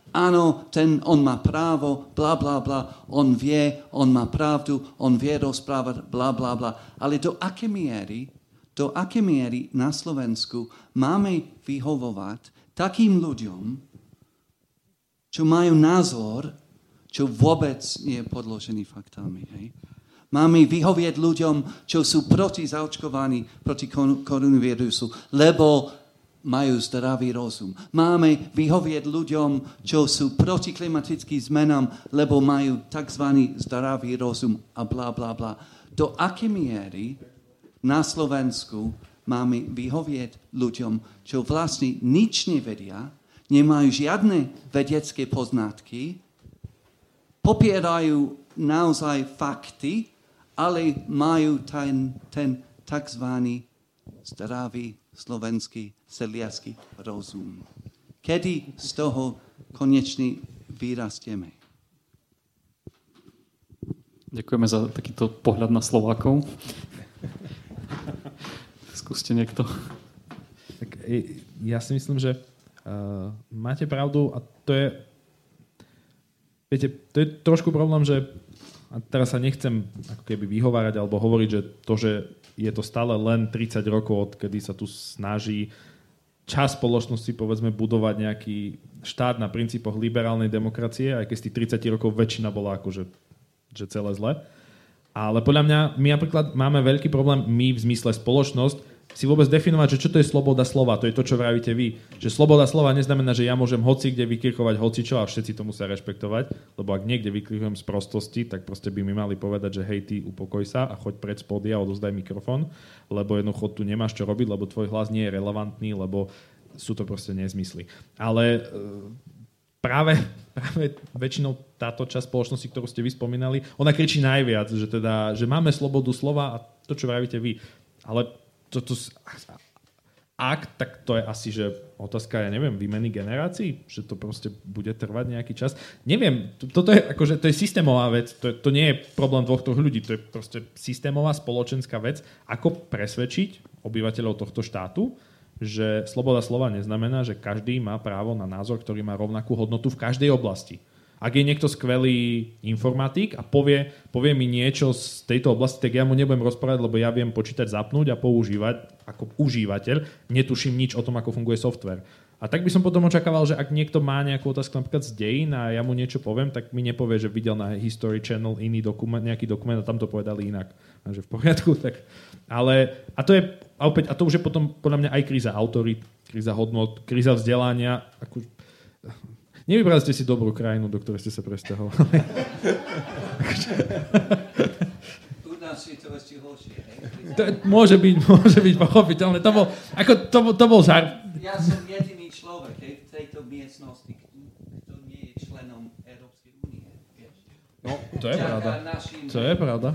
áno, ten, on má právo, bla, bla, bla, on vie, on má pravdu, on vie rozprávať, bla, bla, bla. Ale do aké miery, do aké miery na Slovensku máme vyhovovať takým ľuďom, čo majú názor, čo vôbec nie je podložený faktami, hej? Máme vyhovieť ľuďom, čo sú proti zaočkovaní, proti koronavírusu, lebo majú zdravý rozum. Máme vyhovieť ľuďom, čo sú proti klimatickým zmenám, lebo majú tzv. Zdravý rozum a bla, bla, bla. Do aké miery na Slovensku máme vyhovieť ľuďom, čo vlastne nič nevedia, nemajú žiadne vedecké poznatky, popierajú naozaj fakty, ale majú ten, ten takzvaný zdravý slovenský seliacký rozum. Kedy z toho konečne vyrastieme? Ďakujeme za takýto pohľad na Slovákov. Skúste niekto. Tak ja si myslím, že uh, máte pravdu a to je viete, to je trošku problém, že a teraz sa nechcem ako keby vyhovárať alebo hovoriť, že to, že je to stále len tridsať rokov, odkedy sa tu snaží časť spoločnosti, povedzme, budovať nejaký štát na princípoch liberálnej demokracie, aj keď z tých tridsať rokov väčšina bola akože že celé zle. Ale podľa mňa, my napríklad máme veľký problém, my v zmysle spoločnosť, si vôbec definovať, že čo to je sloboda slova. To je to, čo vravíte vy. Že sloboda slova neznamená, že ja môžem hoci kde vykrikovať hocičo a všetci to musia rešpektovať, lebo ak niekde vykrikujem z prostosti, tak proste by mi mali povedať, že hej, ty upokoj sa a choď preč z pódia a odozdaj mikrofón, lebo jednoducho tu nemáš čo robiť, lebo tvoj hlas nie je relevantný, lebo sú to proste nezmysly. Ale práve, práve väčšinou táto časť spoločnosti, ktorú ste vy spomínali, ona kričí najviac, že, teda, že máme slobodu slova a to, čo vravíte vy. Ale toto, ak, tak to je asi, že otázka, ja neviem, výmeny generácií, že to proste bude trvať nejaký čas. Neviem, toto je, akože, to je systémová vec, to, je, to nie je problém dvoch, troch ľudí, to je proste systémová spoločenská vec, ako presvedčiť obyvateľov tohto štátu, že sloboda slova neznamená, že každý má právo na názor, ktorý má rovnakú hodnotu v každej oblasti. Ak je niekto skvelý informatik a povie, povie mi niečo z tejto oblasti, tak ja mu nebudem rozprávať, lebo ja viem počítať, zapnúť a používať ako užívateľ. Netuším nič o tom, ako funguje software. A tak by som potom očakával, že ak niekto má nejakú otázku napríklad z dejín a ja mu niečo poviem, tak mi nepovie, že videl na History Channel iný dokument, nejaký dokument a tam to povedali inak. Takže v poriadku. Tak. Ale, a to je, a opäť, a to už je potom podľa mňa aj kríza autorít, kríza hodnot, kríza vzdelania. Ako, nevybrali ste si dobrú krajinu, do ktorej ste sa presťahovali. U nás je to ešte horšie. Môže byť, môže byť pochopiteľné. To bol, ako, to, to bol žart. Ja som jediný človek hej, v tejto miestnosti, kto nie je členom Európskej únie. No, to je pravda. To je pravda.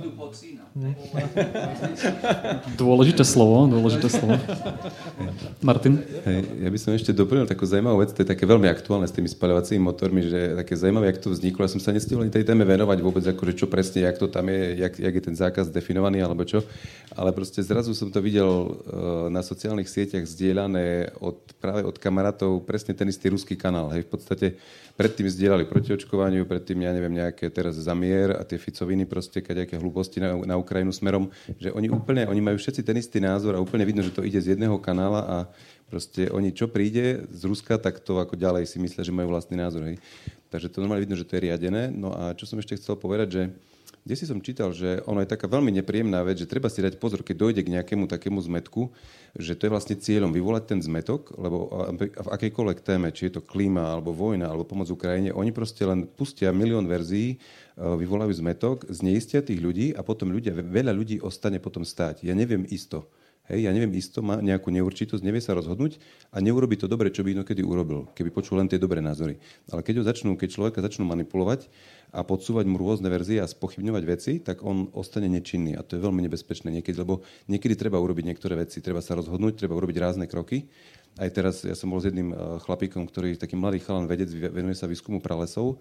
Dôležité slovo, dôležité slovo. Martin? Hej, ja by som ešte doplnil takú zaujímavú vec, to je také veľmi aktuálne s tými spaľovacími motormi, že také zaujímavé, jak to vzniklo. Ja som sa nestihol ani tej téme venovať vôbec, akože čo presne, jak to tam je, jak, jak je ten zákaz definovaný, alebo čo. Ale proste zrazu som to videl uh, na sociálnych sieťach zdieľané od, práve od kamarátov presne ten istý ruský kanál. Hej, v podstate predtým zdieľali proti očkovaniu, predtým, ja neviem, nejaké teraz zamier a tie Ficoviny, proste kadejaké hlúposti na, na Ukrajinu smerom, že oni úplne, oni majú všetci ten istý názor a úplne vidno, že to ide z jedného kanála a proste oni, čo príde z Ruska, tak to ako ďalej si myslia, že majú vlastný názor. Hej. Takže to normálne vidno, že to je riadené. No a čo som ešte chcel povedať, že kde si som čítal, že ono je taká veľmi nepríjemná vec, že treba si dať pozor, keď dojde k nejakému takému zmetku, že to je vlastne cieľom vyvolať ten zmetok, lebo v akejkoľvek téme, či je to klíma, alebo vojna, alebo pomoc Ukrajine, oni proste len pustia milión verzií, vyvolajú zmetok, zneistia tých ľudí a potom ľudia, veľa ľudí ostane potom stáť. Ja neviem isto. Hej, ja neviem isto, má nejakú neurčitosť, nevie sa rozhodnúť a neurobi to dobre, čo by inokedy urobil, keby počul len tie dobré názory. Ale keď ho začnú, keď človeka začnú manipulovať a podsúvať mu rôzne verzie a spochybňovať veci, tak on ostane nečinný a to je veľmi nebezpečné niekedy, lebo niekedy treba urobiť niektoré veci, treba sa rozhodnúť, treba urobiť rázne kroky. Aj teraz ja som bol s jedným chlapíkom, ktorý taký mladý chalan vedec, venuje sa výskumu pralesov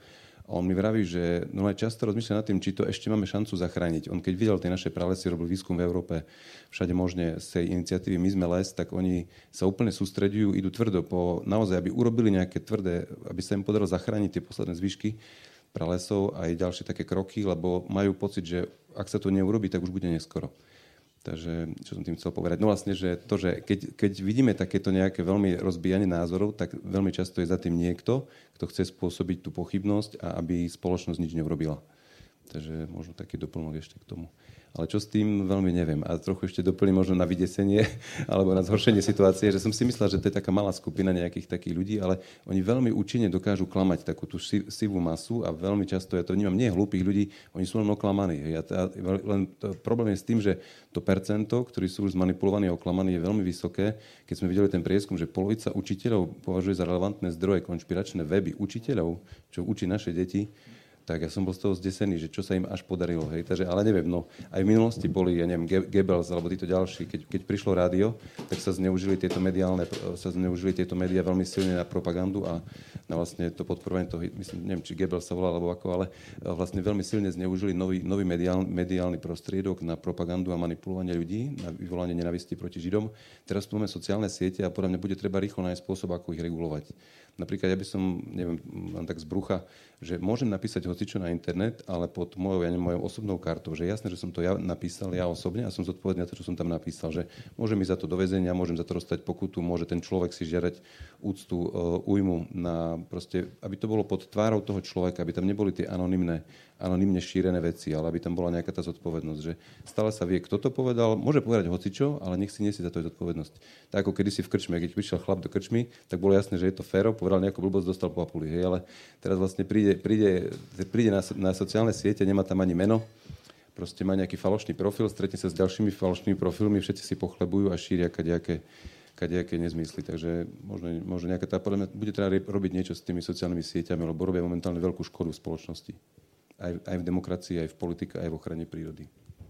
A on mi vraví, že no aj často rozmýšľa nad tým, či to ešte máme šancu zachrániť. On keď videl tie naše pralesy, robil výskum v Európe, všade možne z tej iniciatívy My sme les, tak oni sa úplne sústreďujú, idú tvrdo po naozaj, aby urobili nejaké tvrdé, aby sa im podarilo zachrániť tie posledné zvyšky pralesov a aj ďalšie také kroky, lebo majú pocit, že ak sa to neurobí, tak už bude neskoro. Takže, čo som tým chcel povedať? No vlastne, že to, že keď, keď vidíme takéto nejaké veľmi rozbíjanie názorov, tak veľmi často je za tým niekto, kto chce spôsobiť tú pochybnosť a aby spoločnosť nič neurobila. Takže možno taký doplnok ešte k tomu. Ale čo s tým, veľmi neviem. A trochu ešte doplním možno na vydesenie alebo na zhoršenie situácie, že som si myslel, že to je taká malá skupina nejakých takých ľudí, ale oni veľmi účinne dokážu klamať takú tú sivú masu a veľmi často, ja to vnímam, nie hlúpych ľudí, oni sú len oklamaní. Ja to, len to, problém je s tým, že to percento, ktorí sú už zmanipulovaní a oklamaní, je veľmi vysoké. Keď sme videli ten prieskum, že polovica učiteľov považuje za relevantné zdroje konšpiračné weby učiteľov, čo učí naše deti, tak ja som bol z toho zdesený, že čo sa im až podarilo. Hej. Takže, ale neviem, no, aj v minulosti boli, ja neviem, Goebbels alebo títo ďalší, keď, keď prišlo rádio, tak sa zneužili tieto mediálne, sa zneužili tieto médiá veľmi silne na propagandu a na vlastne to podporovanie toho, myslím, neviem, či Goebbels sa volá, alebo ako, ale vlastne veľmi silne zneužili nový, nový mediál, mediálny prostriedok na propagandu a manipulovanie ľudí, na vyvolanie nenávisti proti Židom. Teraz tu máme sociálne siete a podľa mňa bude treba rýchlo nájsť spôsob, ako ich regulovať. Napríklad ja by som, neviem, mám tak z brucha, že môžem napísať hocičo na internet, ale pod mojou, ja neviem, mojou osobnou kartou, že jasné, že som to ja napísal ja osobne a som zodpovedný za to, čo som tam napísal, že môžem ísť za to do väzenia, môžem za to dostať pokutu, môže ten človek si žiadať úctu, uh, újmu na proste, aby to bolo pod tvárou toho človeka, aby tam neboli tie anonymné, anonymne šírené veci, ale aby tam bola nejaká tá zodpovednosť, že stále sa vie, kto to povedal, môže povedať hocičo, ale nech si nesie za to zodpovednosť. Tak ako kedysi v krčme, keď prišiel chlap do krčmy, tak bolo jasné, že je to féro, povedal nejakú blbosť, dostal po apuli, hej, ale teraz vlastne príde, príde, príde na, na sociálne siete, nemá tam ani meno, proste má nejaký falošný profil, stretne sa s ďalšími falošnými profilmi, všetci si pochlebujú a šíria kadejaké, kadejaké nezmysly. Takže možno, možno nejaká tá, podľa mňa, bude treba robiť niečo s tými sociálnymi sieťami, lebo robia momentálne veľkú škodu v spoločnosti. Aj, aj v demokracii, aj v politike, aj v ochrane prírody.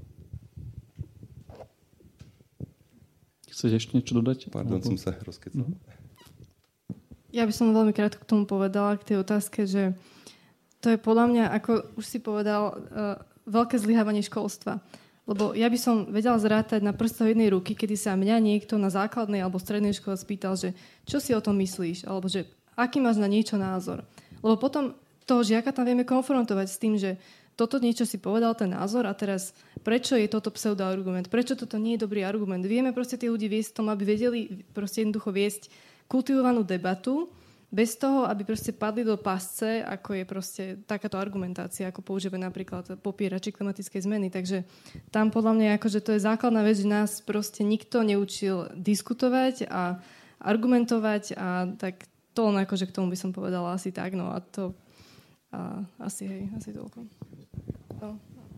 Chceš ešte niečo dodať? Pardon, som sa rozkecal. Uh-huh. Ja by som veľmi krátko k tomu povedala, k tej otázke, že to je podľa mňa, ako už si povedal, uh, veľké zlyhávanie školstva. Lebo ja by som vedela zrátať na prstoch jednej ruky, kedy sa mňa niekto na základnej alebo strednej škole spýtal, že čo si o tom myslíš, alebo že aký máš na niečo názor. Lebo potom toho žiaka tam vieme konfrontovať s tým, že toto niečo si povedal, ten názor a teraz prečo je toto pseudoargument, prečo toto nie je dobrý argument. Vieme proste tí ľudí viesť tomu, aby vedeli proste jednoducho viesť kultivovanú debatu bez toho, aby proste padli do pasce, ako je proste takáto argumentácia, ako používajú napríklad popierači klimatickej zmeny. Takže tam podľa mňa akože to je základná vec, že nás proste nikto neučil diskutovať a argumentovať a tak to len akože k tomu by som povedala asi tak, no a to a asi, hej, asi toľko. No.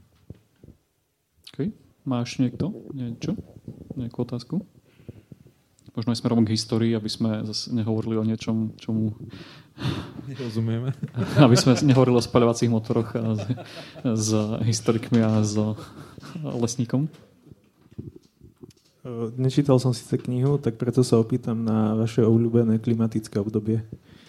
OK. Máš niekto niečo? Nejakú otázku? Možno aj smerom k histórii, aby sme zase nehovorili o niečom, čomu... Nerozumieme. Aby sme nehovorili o spaľovacích motoroch a s, s historikmi a s lesníkom. Nečítal som síce knihu, tak preto sa opýtam na vaše obľúbené klimatické obdobie.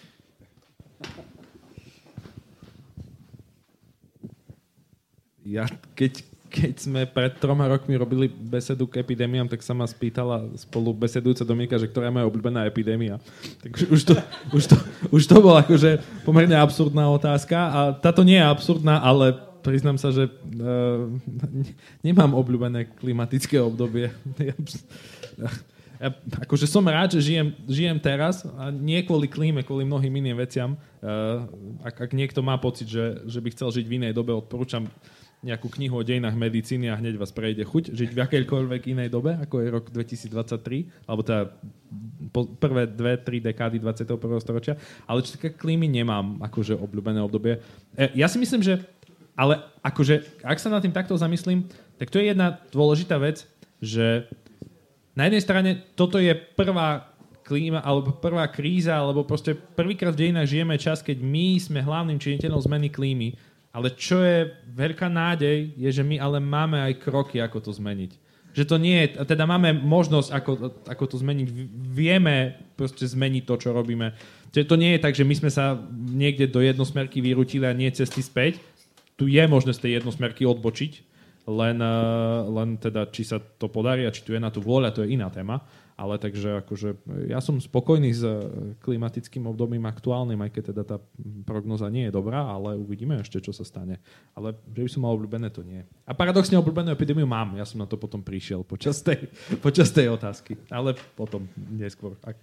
Ja, keď, keď sme pred troma rokmi robili besedu k epidémiám, tak sa ma spýtala spolu besedujúca Dominika, že ktorá je moja obľúbená epidémia. Takže už to, už to, už to bola akože pomerne absurdná otázka a táto nie je absurdná, ale priznám sa, že uh, nemám obľúbené klimatické obdobie. Ja, ja, akože som rád, že žijem, žijem teraz a nie kvôli klíme, kvôli mnohým iným veciam. Uh, ak, ak niekto má pocit, že, že by chcel žiť v inej dobe, odporúčam nejakú knihu o dejinách medicíny a hneď vás prejde chuť žiť v akejkoľvek inej dobe, ako je rok dvetisíctridsaťtri, alebo teda prvé dve, tri dekády dvadsiateho prvého storočia. Ale čo také klímy nemám akože obľúbené obdobie. Ja si myslím, že ale akože, ak sa nad tým takto zamyslím, tak to je jedna dôležitá vec, že na jednej strane toto je prvá klíma, alebo prvá kríza, alebo proste prvýkrát v dejinách žijeme čas, keď my sme hlavným činiteľom zmeny klímy. Ale čo je veľká nádej, je, že my ale máme aj kroky, ako to zmeniť. Že to nie je, teda máme možnosť, ako, ako to zmeniť. Vieme proste zmeniť to, čo robíme. Čiže to nie je tak, že my sme sa niekde do jednosmerky vyrútili a nie cesty späť. Tu je možné z tej jednosmerky odbočiť, len, len teda, či sa to podarí a či tu je na tú vôľa, to je iná téma. Ale takže akože ja som spokojný s klimatickým obdobím aktuálnym, aj keď teda tá prognoza nie je dobrá, ale uvidíme ešte, čo sa stane. Ale že by som mal obľúbené, to nie. A paradoxne obľúbenú epidémiu mám. Ja som na to potom prišiel počas tej, počas tej otázky. Ale potom neskôr. Ak...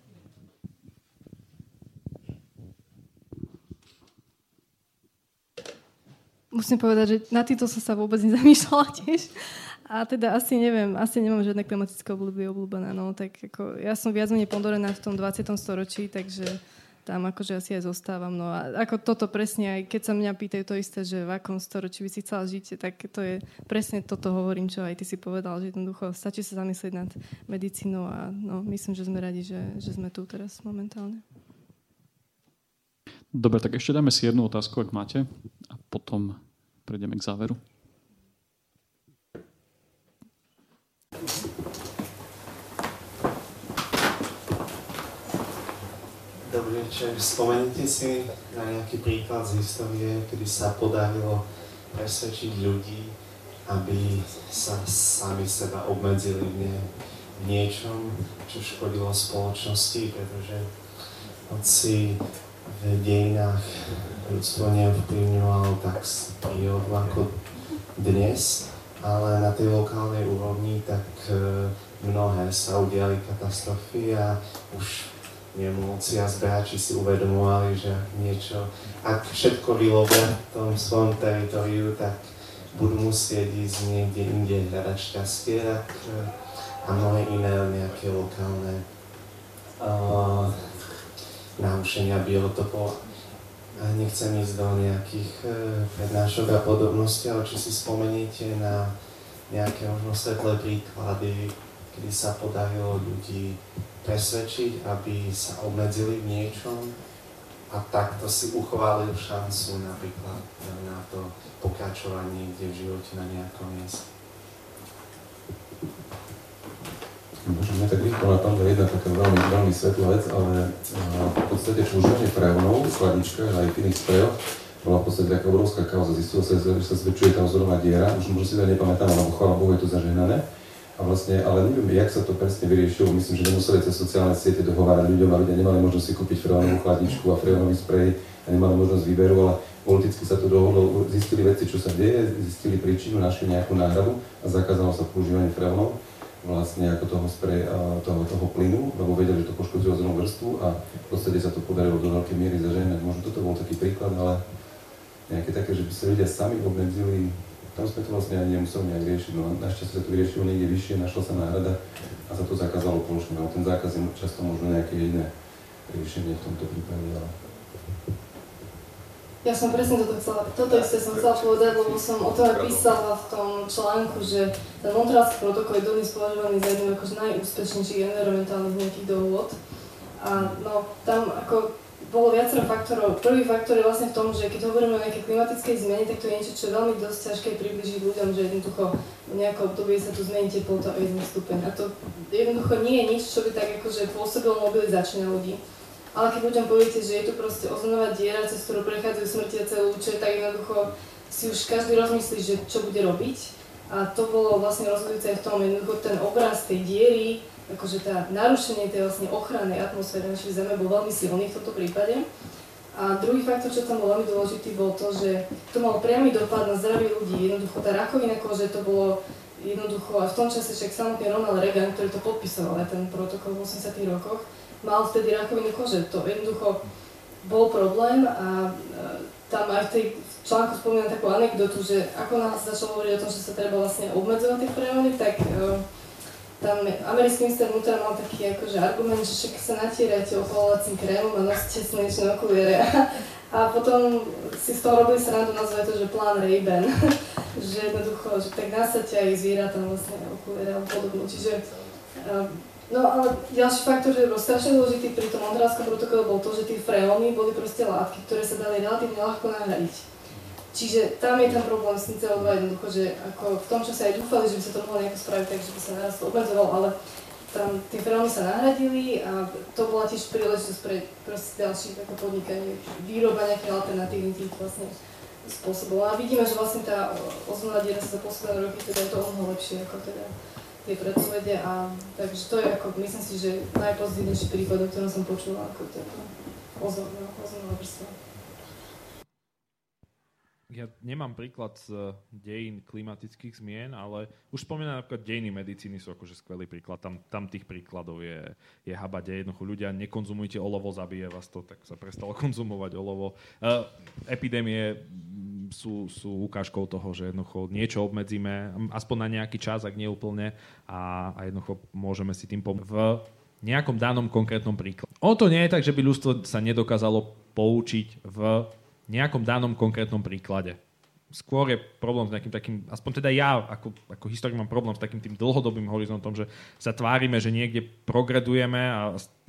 Musím povedať, že na týto som sa vôbec nezamýšľala tiež. A teda asi neviem, asi nemám žiadne klimatické obľúby obľúbené, no tak ako ja som viac menej ponorená v tom dvadsiatom storočí, takže tam akože asi aj zostávam, no a ako toto presne, aj keď sa mňa pýtajú to isté, že v akom storočí by si chcela žiť, tak to je presne toto hovorím, čo aj ty si povedal, že jednoducho stačí sa zamyslieť nad medicínou a no, myslím, že sme radi, že, že sme tu teraz momentálne. Dobre, tak ešte dáme si jednu otázku, ak máte, a potom prejdeme k záveru. Dobrý večer. Spomenite si na nejaký príklad z histórie, kedy sa podarilo presvedčiť ľudí, aby sa sami seba obmedzili v, nie, v niečom, čo škodilo spoločnosti, pretože hoci v dejinách ľudstvo neovplyvňovalo tak prírodu ako dnes, ale na tej lokálnej úrovni tak mnohé sa udiali katastrofy a už nemoci a zberači si uvedomovali, že niečo, ak všetko vylovia v tom svojom teritoriu, tak budú musieť ísť niekde inde hľadať šťastie tak, a mnohé iné nejaké lokálne uh, narušenia biotopov. A nechcem ísť do nejakých uh, prednášok a podobností, ale či si spomeniete na nejaké možno svetlé príklady, kedy sa podarilo ľudí presvedčiť, aby sa obmedzili v niečom a takto si uchovali šancu napríklad na to pokračovanie niekde v živote na nejakom mieste. Mňa tak rýchlo napadla jedna taká veľmi, veľmi svetlá vec, ale v podstate používanie freónov v chladničkách aj v iných sprejoch bola v podstate taká obrovská kauza. Zistilo sa, že sa zväčšuje tá ozorová diera, už možno si to nepamätám, ale chvála Bohu je to zažehnané. A vlastne, ale neviem, jak sa to presne vyriešilo, myslím, že nemuseli cez sociálne siete dohovárať ľuďom a ľudia nemali možnosť si kúpiť freónovú chladničku a freónový sprej a nemali možnosť výberu, ale politicky sa to dohodlo, zistili veci, čo sa deje, zistili príčinu, našli nejakú náhradu a zakázalo sa používanie freónov vlastne ako toho sprej, toho, toho plynu, lebo vedeli, že to poškodzuje ozónovú vrstvu a v podstate sa to podarilo do veľkej miery zažehnať. Možno toto bol taký príklad, ale nejaké také, že by sa ľudia sami obmedzili. Tam sme to vlastne ani nemuseli nejak riešiť, no našťastie sa to vyriešilo niekde vyššie, našla sa náhrada a sa to zakázalo plošne, ale ten zákaz je často možno nejaké iné riešenie v tomto prípade, ale... Ja som presne toto chcela, toto isté som chcela povedať, lebo som o tom aj písala v tom článku, že ten Montrealský protokol je dodnes považovaný za jednu akože najúspešnejších environmentálnych nejakých dohôd. A no, tam ako bolo viacero faktorov. Prvý faktor je vlastne v tom, že keď hovoríme o nejakej klimatickej zmene, tak to je niečo, čo je veľmi dosť ťažké približiť ľuďom, že jednoducho v nejakom období sa tu zmení teplota o jeden stupeň. A to jednoducho nie je nič, čo by tak akože pôsobilo mobilizačne ľudí. Ale keď ľuďom poviete, že je tu proste ozonová diera, cez ktorú prechádzajú smrtiace lúče, tak jednoducho si už každý rozmyslí, že čo bude robiť. A to bolo vlastne rozhodujúce aj v tom, jednoducho ten obraz tej diery, akože tá narušenie tej vlastne ochrannej atmosféry našej Zeme bol veľmi silný v tomto prípade. A druhý faktor, čo tam bol veľmi dôležitý, bol to, že to malo priamy dopad na zdravie ľudí. Jednoducho tá rakovina kože, to bolo jednoducho, a v tom čase však samotný Ronald Reagan, ktorý to podpisoval, aj ten protokol v osemdesiatych rokoch, mal vtedy rakovinu kože. To jednoducho bol problém a tam aj v tej článku spomínam takú anekdotu, že ako nás začal hovoriť o tom, že sa treba vlastne obmedzovať tie freóny, tak tam americký minister vnútra mal taký akože argument, že však sa natierajte opalovacím krémom a nosíte slnečné okuliare. A potom si z toho robili srandu, nazvali to, že plán Ray-Ban. Že jednoducho, že tak nasadte aj zvieratá vlastne okuliare a podobne. Čiže, no ale ďalší faktor, že bol strašne dôležitý pri tom Montrealskom protokole bol to, že tie freóny boli proste látky, ktoré sa dali relatívne ľahko nahradiť. Čiže tam je ten problém s tým cé ó dva jednoducho, že ako v tom čase aj dúfali, že by sa to mohlo nejako spraviť, takže by sa naraz to obmedzoval, ale tam tie fenómeny sa nahradili a to bola tiež príležitosť pre proste ďalších ako podnikanie, výroba nejakých alternatívnych tých vlastne spôsobov. A vidíme, že vlastne tá ozónová diera sa za posledné roky teda je to o mnoho lepšie ako teda tie predpovede a takže to je ako, myslím si, že najpozitívnejší prípad, o ktorom som počula ako teda ozónová vrstva. Ja nemám príklad z dejín klimatických zmien, ale už spomínané napríklad dejiny medicíny sú akože skvelý príklad. Tam, tam tých príkladov je, je habade. Jednoducho ľudia, nekonzumujte olovo, zabije vás to, tak sa prestalo konzumovať olovo. Uh, epidémie sú, sú ukážkou toho, že jednoducho niečo obmedzíme, aspoň na nejaký čas, ak nie úplne, a, a jednoducho môžeme si tým pomôcť v nejakom danom konkrétnom príklade. O to nie je tak, že by ľudstvo sa nedokázalo poučiť v nejakom danom konkrétnom príklade. Skôr je problém s nejakým takým, aspoň teda ja ako, ako historik mám problém s takým tým dlhodobým horizontom, že sa tvárime, že niekde progredujeme a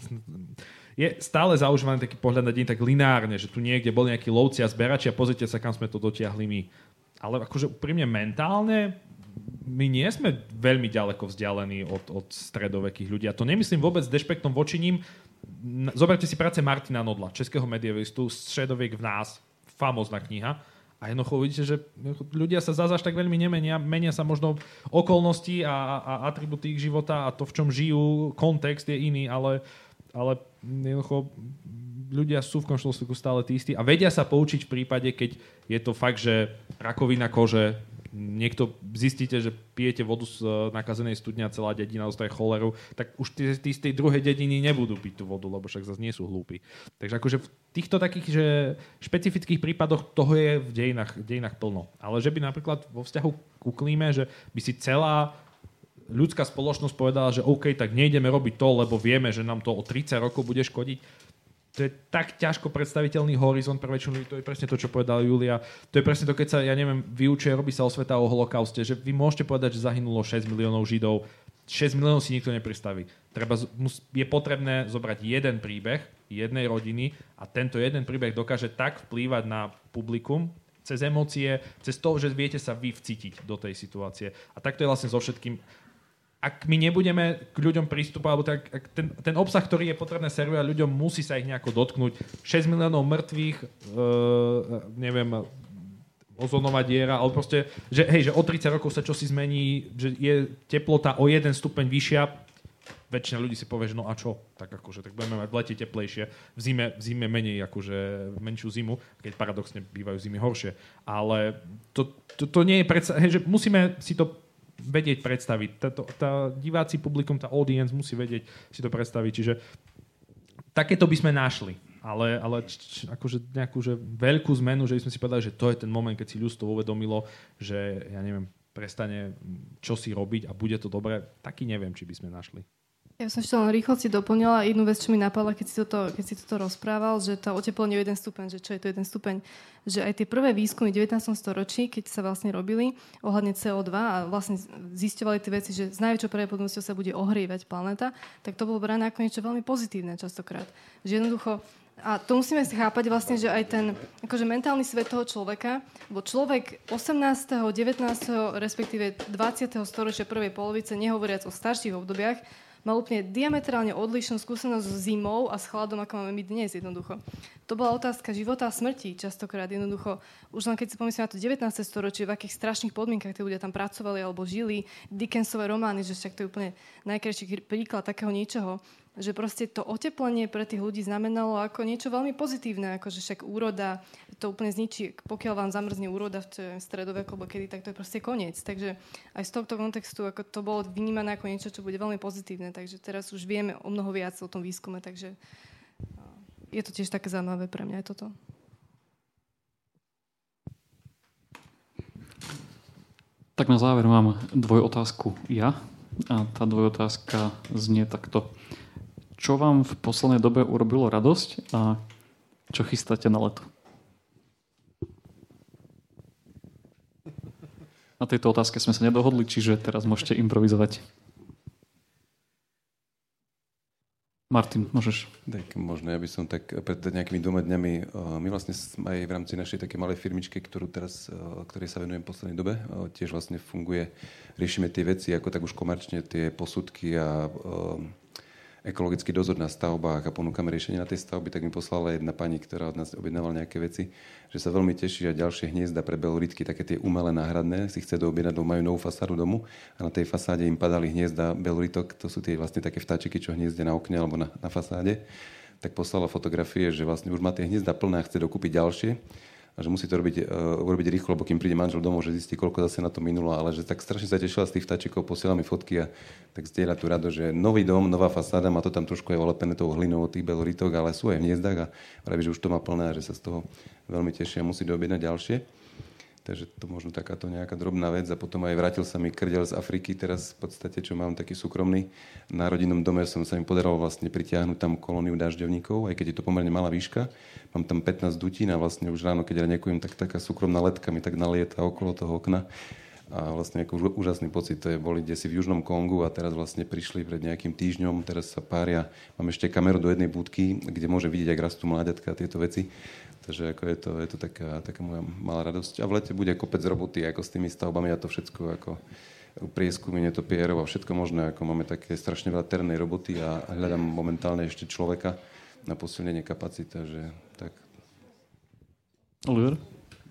je stále zaužívaný taký pohľad na deň tak lineárne, že tu niekde bol nejaký lovci a zberači a pozrite sa, kam sme to dotiahli my. Ale akože úprimne mentálne my nie sme veľmi ďaleko vzdialení od, od stredovekých ľudí. A to nemyslím vôbec s dešpektom voči ním. Zoberte si práce Martina Nodla, českého medievistu, Středověk v nás, famózna kniha. A jednoducho vidíte, že ľudia sa zase až tak veľmi nemenia, menia sa možno okolnosti a, a atributy ich života a to, v čom žijú, kontext je iný, ale, ale jednoducho ľudia sú v končnom dôsledku stále tí istí a vedia sa poučiť v prípade, keď je to fakt, že rakovina kože, niekto zistíte, že pijete vodu z nakazenej studne a celá dedina dostaje choleru, tak už tí, tí z tej druhej dediny nebudú piť tú vodu, lebo však zase nie sú hlúpi. Takže akože v týchto takých že špecifických prípadoch toho je v dejinách, v dejinách plno. Ale že by napríklad vo vzťahu ku klíme, že by si celá ľudská spoločnosť povedala, že OK, tak nejdeme robiť to, lebo vieme, že nám to o tridsať rokov bude škodiť. To je tak ťažko predstaviteľný horizont pre väčšinu ľudí, to je presne to, čo povedala Julia. To je presne to, keď sa, ja neviem, vyučuje, robí sa osveta o holokauste, že vy môžete povedať, že zahynulo šesť miliónov Židov, šesť miliónov si nikto nepristaví. Treba, je potrebné zobrať jeden príbeh jednej rodiny a tento jeden príbeh dokáže tak vplývať na publikum, cez emócie, cez to, že viete sa vy vcítiť do tej situácie. A tak to je vlastne so všetkým. Ak my nebudeme k ľuďom prístupovať, alebo tak, ten, ten obsah, ktorý je potrebné servovať ľuďom, musí sa ich nejako dotknúť. šesť miliónov mŕtvych, e, neviem, ozónová diera, ale proste, že, hej, že o tridsať rokov sa čosi zmení, že je teplota o jeden stupeň vyššia, väčšina ľudí si povie, že no a čo? Tak akože, tak budeme mať v lete teplejšie, v zime, v zime menej, akože menšiu zimu, keď paradoxne bývajú zimy horšie. Ale to, to, to nie je predsa, hej, že musíme si to vedieť predstaviť. Tá, tá diváci publikum, tá audience musí vedieť si to predstaviť. Čiže takéto by sme našli. Ale, ale č, akože nejakú že veľkú zmenu, že by sme si povedali, že to je ten moment, keď si ľudstvo uvedomilo, že ja neviem, prestane čo si robiť a bude to dobré, taký neviem, či by sme našli. Ja som ešte len rýchlo si doplnila jednu vec, čo mi napadla, keď si toto, keď si toto rozprával, že to oteplenie o jeden stupeň, že čo je to jeden stupeň, že aj tie prvé výskumy v devätnástom storočí, keď sa vlastne robili ohľadne cé ó dva a vlastne zisťovali tie veci, že s najväčšou pravdepodobnosťou sa bude ohrievať planéta, tak to bolo brané ako niečo veľmi pozitívne častokrát. Že jednoducho, a to musíme si chápať vlastne, že aj ten akože mentálny svet toho človeka, lebo človek osemnásteho, devätnásteho respektíve dvadsiateho storočia prvej polovice, nehovoriac o starších obdobiach, mal úplne diametrálne odlišnú skúsenosť s zimou a s chladom, ako máme my dnes jednoducho. To bola otázka života a smrti častokrát jednoducho. Už len keď si pomyslím na to devätnáste storočie, v akých strašných podmienkach tí ľudia tam pracovali alebo žili, Dickensové romány, že však to je úplne najkrajší príklad takého niečoho, že proste to oteplenie pre tých ľudí znamenalo ako niečo veľmi pozitívne, ako že však úroda to úplne zničí. Pokiaľ vám zamrzne úroda v stredoveku, alebo kedy, tak to je proste koniec. Takže aj z tohto kontextu ako to bolo vnímané ako niečo, čo bude veľmi pozitívne. Takže teraz už vieme o mnoho viac o tom výskume, takže je to tiež také zaujímavé pre mňa aj toto. Tak na záver mám dvojotázku ja. A tá dvojotázka znie takto. Čo vám v poslednej dobe urobilo radosť a čo chystáte na leto? Na tejto otázke sme sa nedohodli, čiže teraz môžete improvizovať. Martin, môžeš. Tak možno, ja by som tak pred nejakými dvoma dňami, my vlastne aj v rámci našej také malej firmičky, ktorú teraz, ktorej sa venujem v poslednej dobe, tiež vlastne funguje, riešime tie veci, ako tak už komerčne tie posudky a ekologický dozor na stavbách a ponúkame riešenie na tej stavby, tak mi poslala jedna pani, ktorá od nás objednávala nejaké veci, že sa veľmi teší, že ďalšie hniezda pre beloritky, také tie umelé náhradné, si chce doobjednať, lebo majú novú fasádu domu a na tej fasáde im padali hniezda beloritok, to sú tie vlastne také vtáčiky, čo hniezdia na okne alebo na, na fasáde. Tak poslala fotografie, že vlastne už má tie hniezda plné a chce dokúpiť ďalšie. A že musí to robiť, uh, urobiť rýchlo, lebo kým príde manžel domov, že zistí, koľko zase na to minulo, ale že tak strašne sa tešila z tých vtáčikov, posiela mi fotky a tak zdieľa tu rado, že nový dom, nová fasáda, má to tam trošku aj olepené tou hlinou od tých beloritok, ale sú aj v hniezdách a praví, že už to má plné a že sa z toho veľmi teší a musí doobjednať ďalšie. Takže to možno takáto nejaká drobná vec. A potom aj vrátil sa mi krdeľ z Afriky, teraz v podstate, čo mám taký súkromný. Na rodinnom dome som sa mi podarilo vlastne pritiahnuť tam kolóniu dažďovníkov, aj keď je to pomerne malá výška. Mám tam pätnásť dutín a vlastne už ráno, keď ranekujem, tak taká súkromná letka mi tak nalieta okolo toho okna. A vlastne ako úžasný pocit, to je, boli kdesi v Južnom Kongu a teraz vlastne prišli pred nejakým týždňom, teraz sa pária. Mám ešte kameru do jednej budky, kde môže vidieť, ak rastú mláďatka a tieto veci. Takže ako je to, je to taká, taká moja malá radosť. A v lete bude kopec roboty ako s tými stavbami a to všetko ako prieskumy netopierov a všetko možné. Ako máme také strašne veľa terénnej roboty a hľadám momentálne ešte človeka na posilnenie kapacity. Takže tak. Oliver?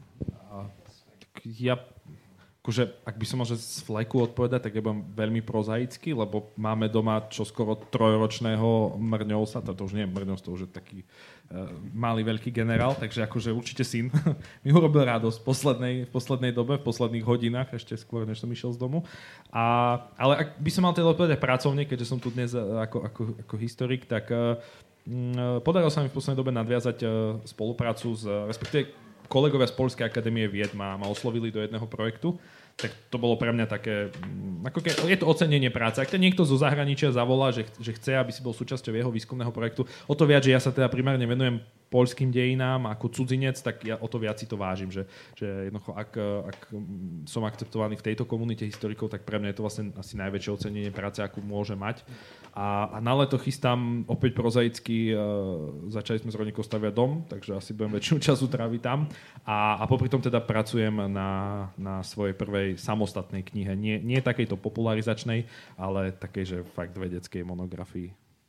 Ja akože, ak by som môže z fleku odpovedať, tak ja budem veľmi prozaický, lebo máme doma čoskoro trojročného Mrňovsa, to, to už nie je Mrňovs, to už je taký uh, malý veľký generál, takže akože určite syn mi urobil radosť v poslednej, v poslednej dobe, v posledných hodinách, ešte skôr, než som išiel z domu. A, ale ak by som mal teda odpovedať pracovne, keďže som tu dnes ako, ako, ako historik, tak uh, podarilo sa mi v poslednej dobe nadviazať uh, spoluprácu s, respektíve kolegovia z Poľskej akadémie vied ma, ma oslovili do jedného projektu, tak to bolo pre mňa také, ako ke, je to ocenenie práce. Ak to niekto zo zahraničia zavolá, že, že chce, aby si bol súčasťou jeho výskumného projektu, o to viac, že ja sa teda primárne venujem poľským dejinám ako cudzinec, tak ja o to viac si to vážim, že, že jednoducho, ak, ak som akceptovaný v tejto komunite historikov, tak pre mňa je to vlastne asi najväčšie ocenenie práce, akú môže mať. A, a na leto chystám opäť prozaicky, uh, začali sme s Ronikou staviať dom, takže asi budem väčšinu času tráviť tam. A, a popri tom teda pracujem na, na svojej prvej samostatnej knihe. Nie, nie takejto popularizačnej, ale takej, že fakt vedeckej monografii.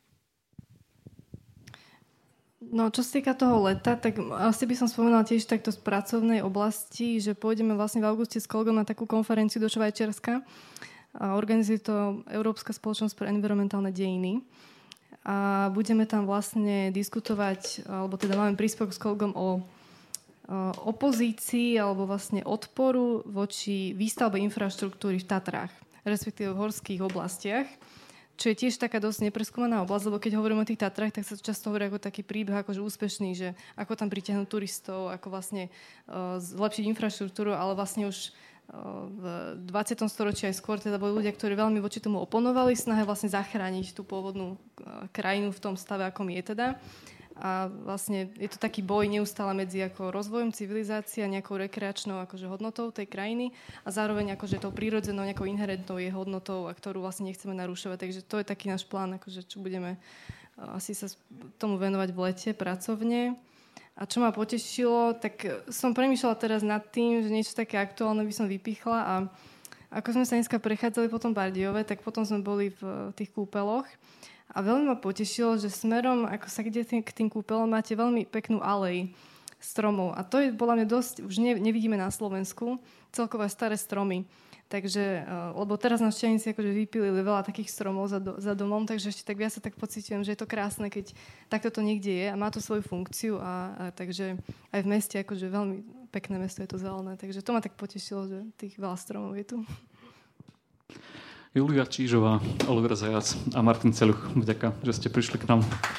No, čo sa týka toho leta, tak asi by som spomenula tiež takto z pracovnej oblasti, že pôjdeme vlastne v auguste s kolegom na takú konferenciu do Švajčiarska. A organizuje to Európska spoločnosť pre environmentálne dejiny. A budeme tam vlastne diskutovať, alebo teda máme príspevok s kolegom o opozícii alebo vlastne odporu voči výstavbe infraštruktúry v Tatrách, respektíve v horských oblastiach, čo je tiež taká dosť nepreskúmaná oblasť, lebo keď hovoríme o tých Tatrách, tak sa často hovorí ako taký príbeh, akože úspešný, že ako tam pritiahnuť turistov, ako vlastne uh, zlepšiť infraštruktúru, ale vlastne už uh, v dvadsiatom storočí aj skôr teda boli ľudia, ktorí veľmi voči tomu oponovali, snahe vlastne zachrániť tú pôvodnú uh, krajinu v tom stave, akom je teda. A vlastne je to taký boj neustále medzi ako rozvojom civilizácie a nejakou rekreačnou akože hodnotou tej krajiny a zároveň akože tou prírodzenou nejakou inherentnou jej hodnotou, a ktorú vlastne nechceme narušovať. Takže to je taký náš plán, akože čo budeme asi sa tomu venovať v lete pracovne. A čo ma potešilo, tak som premýšľala teraz nad tým, že niečo také aktuálne by som vypichla a ako sme sa dneska prechádzali po tom Bardejove, tak potom sme boli v tých kúpeloch. A veľmi ma potešilo, že smerom, ako sa ide k tým kúpelom, máte veľmi peknú alej stromov. A to je podľa mňa dosť, už ne, nevidíme na Slovensku, celkové staré stromy. Takže, lebo teraz na Šťavnici akože vypílili veľa takých stromov za, do, za domom, takže ešte tak viac sa tak pociťujem, že je to krásne, keď takto to niekde je a má to svoju funkciu. A, a takže aj v meste, akože veľmi pekné mesto je to zelené. Takže to ma tak potešilo, že tých veľa stromov je tu. Julia Čížová, Oliver Zajac a Martin Celuch, vďaka, že ste prišli k nám.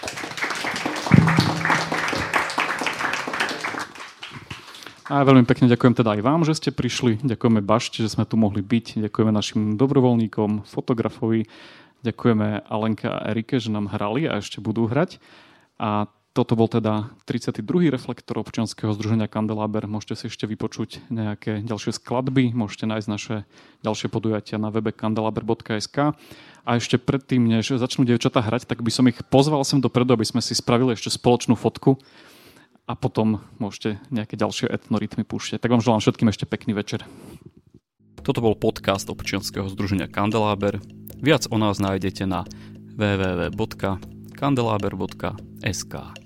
A veľmi pekne ďakujem teda aj vám, že ste prišli. Ďakujeme Bašti, že sme tu mohli byť. Ďakujeme našim dobrovoľníkom, fotografovi. Ďakujeme Alenke a Erike, že nám hrali a ešte budú hrať. A toto bol teda tridsiaty druhý reflektor občianskeho združenia Kandeláber. Môžete si ešte vypočuť nejaké ďalšie skladby, môžete nájsť naše ďalšie podujatia na webe kandelaber bodka es ká. A ešte predtým, než začnú dievčatá hrať, tak by som ich pozval sem dopredu, aby sme si spravili ešte spoločnú fotku a potom môžete nejaké ďalšie etnorytmy púšťať. Tak vám želám všetkým ešte pekný večer. Toto bol podcast občianskeho združenia Kandeláber. Viac o nás nájdete na w w w bodka kandelaber bodka es ká.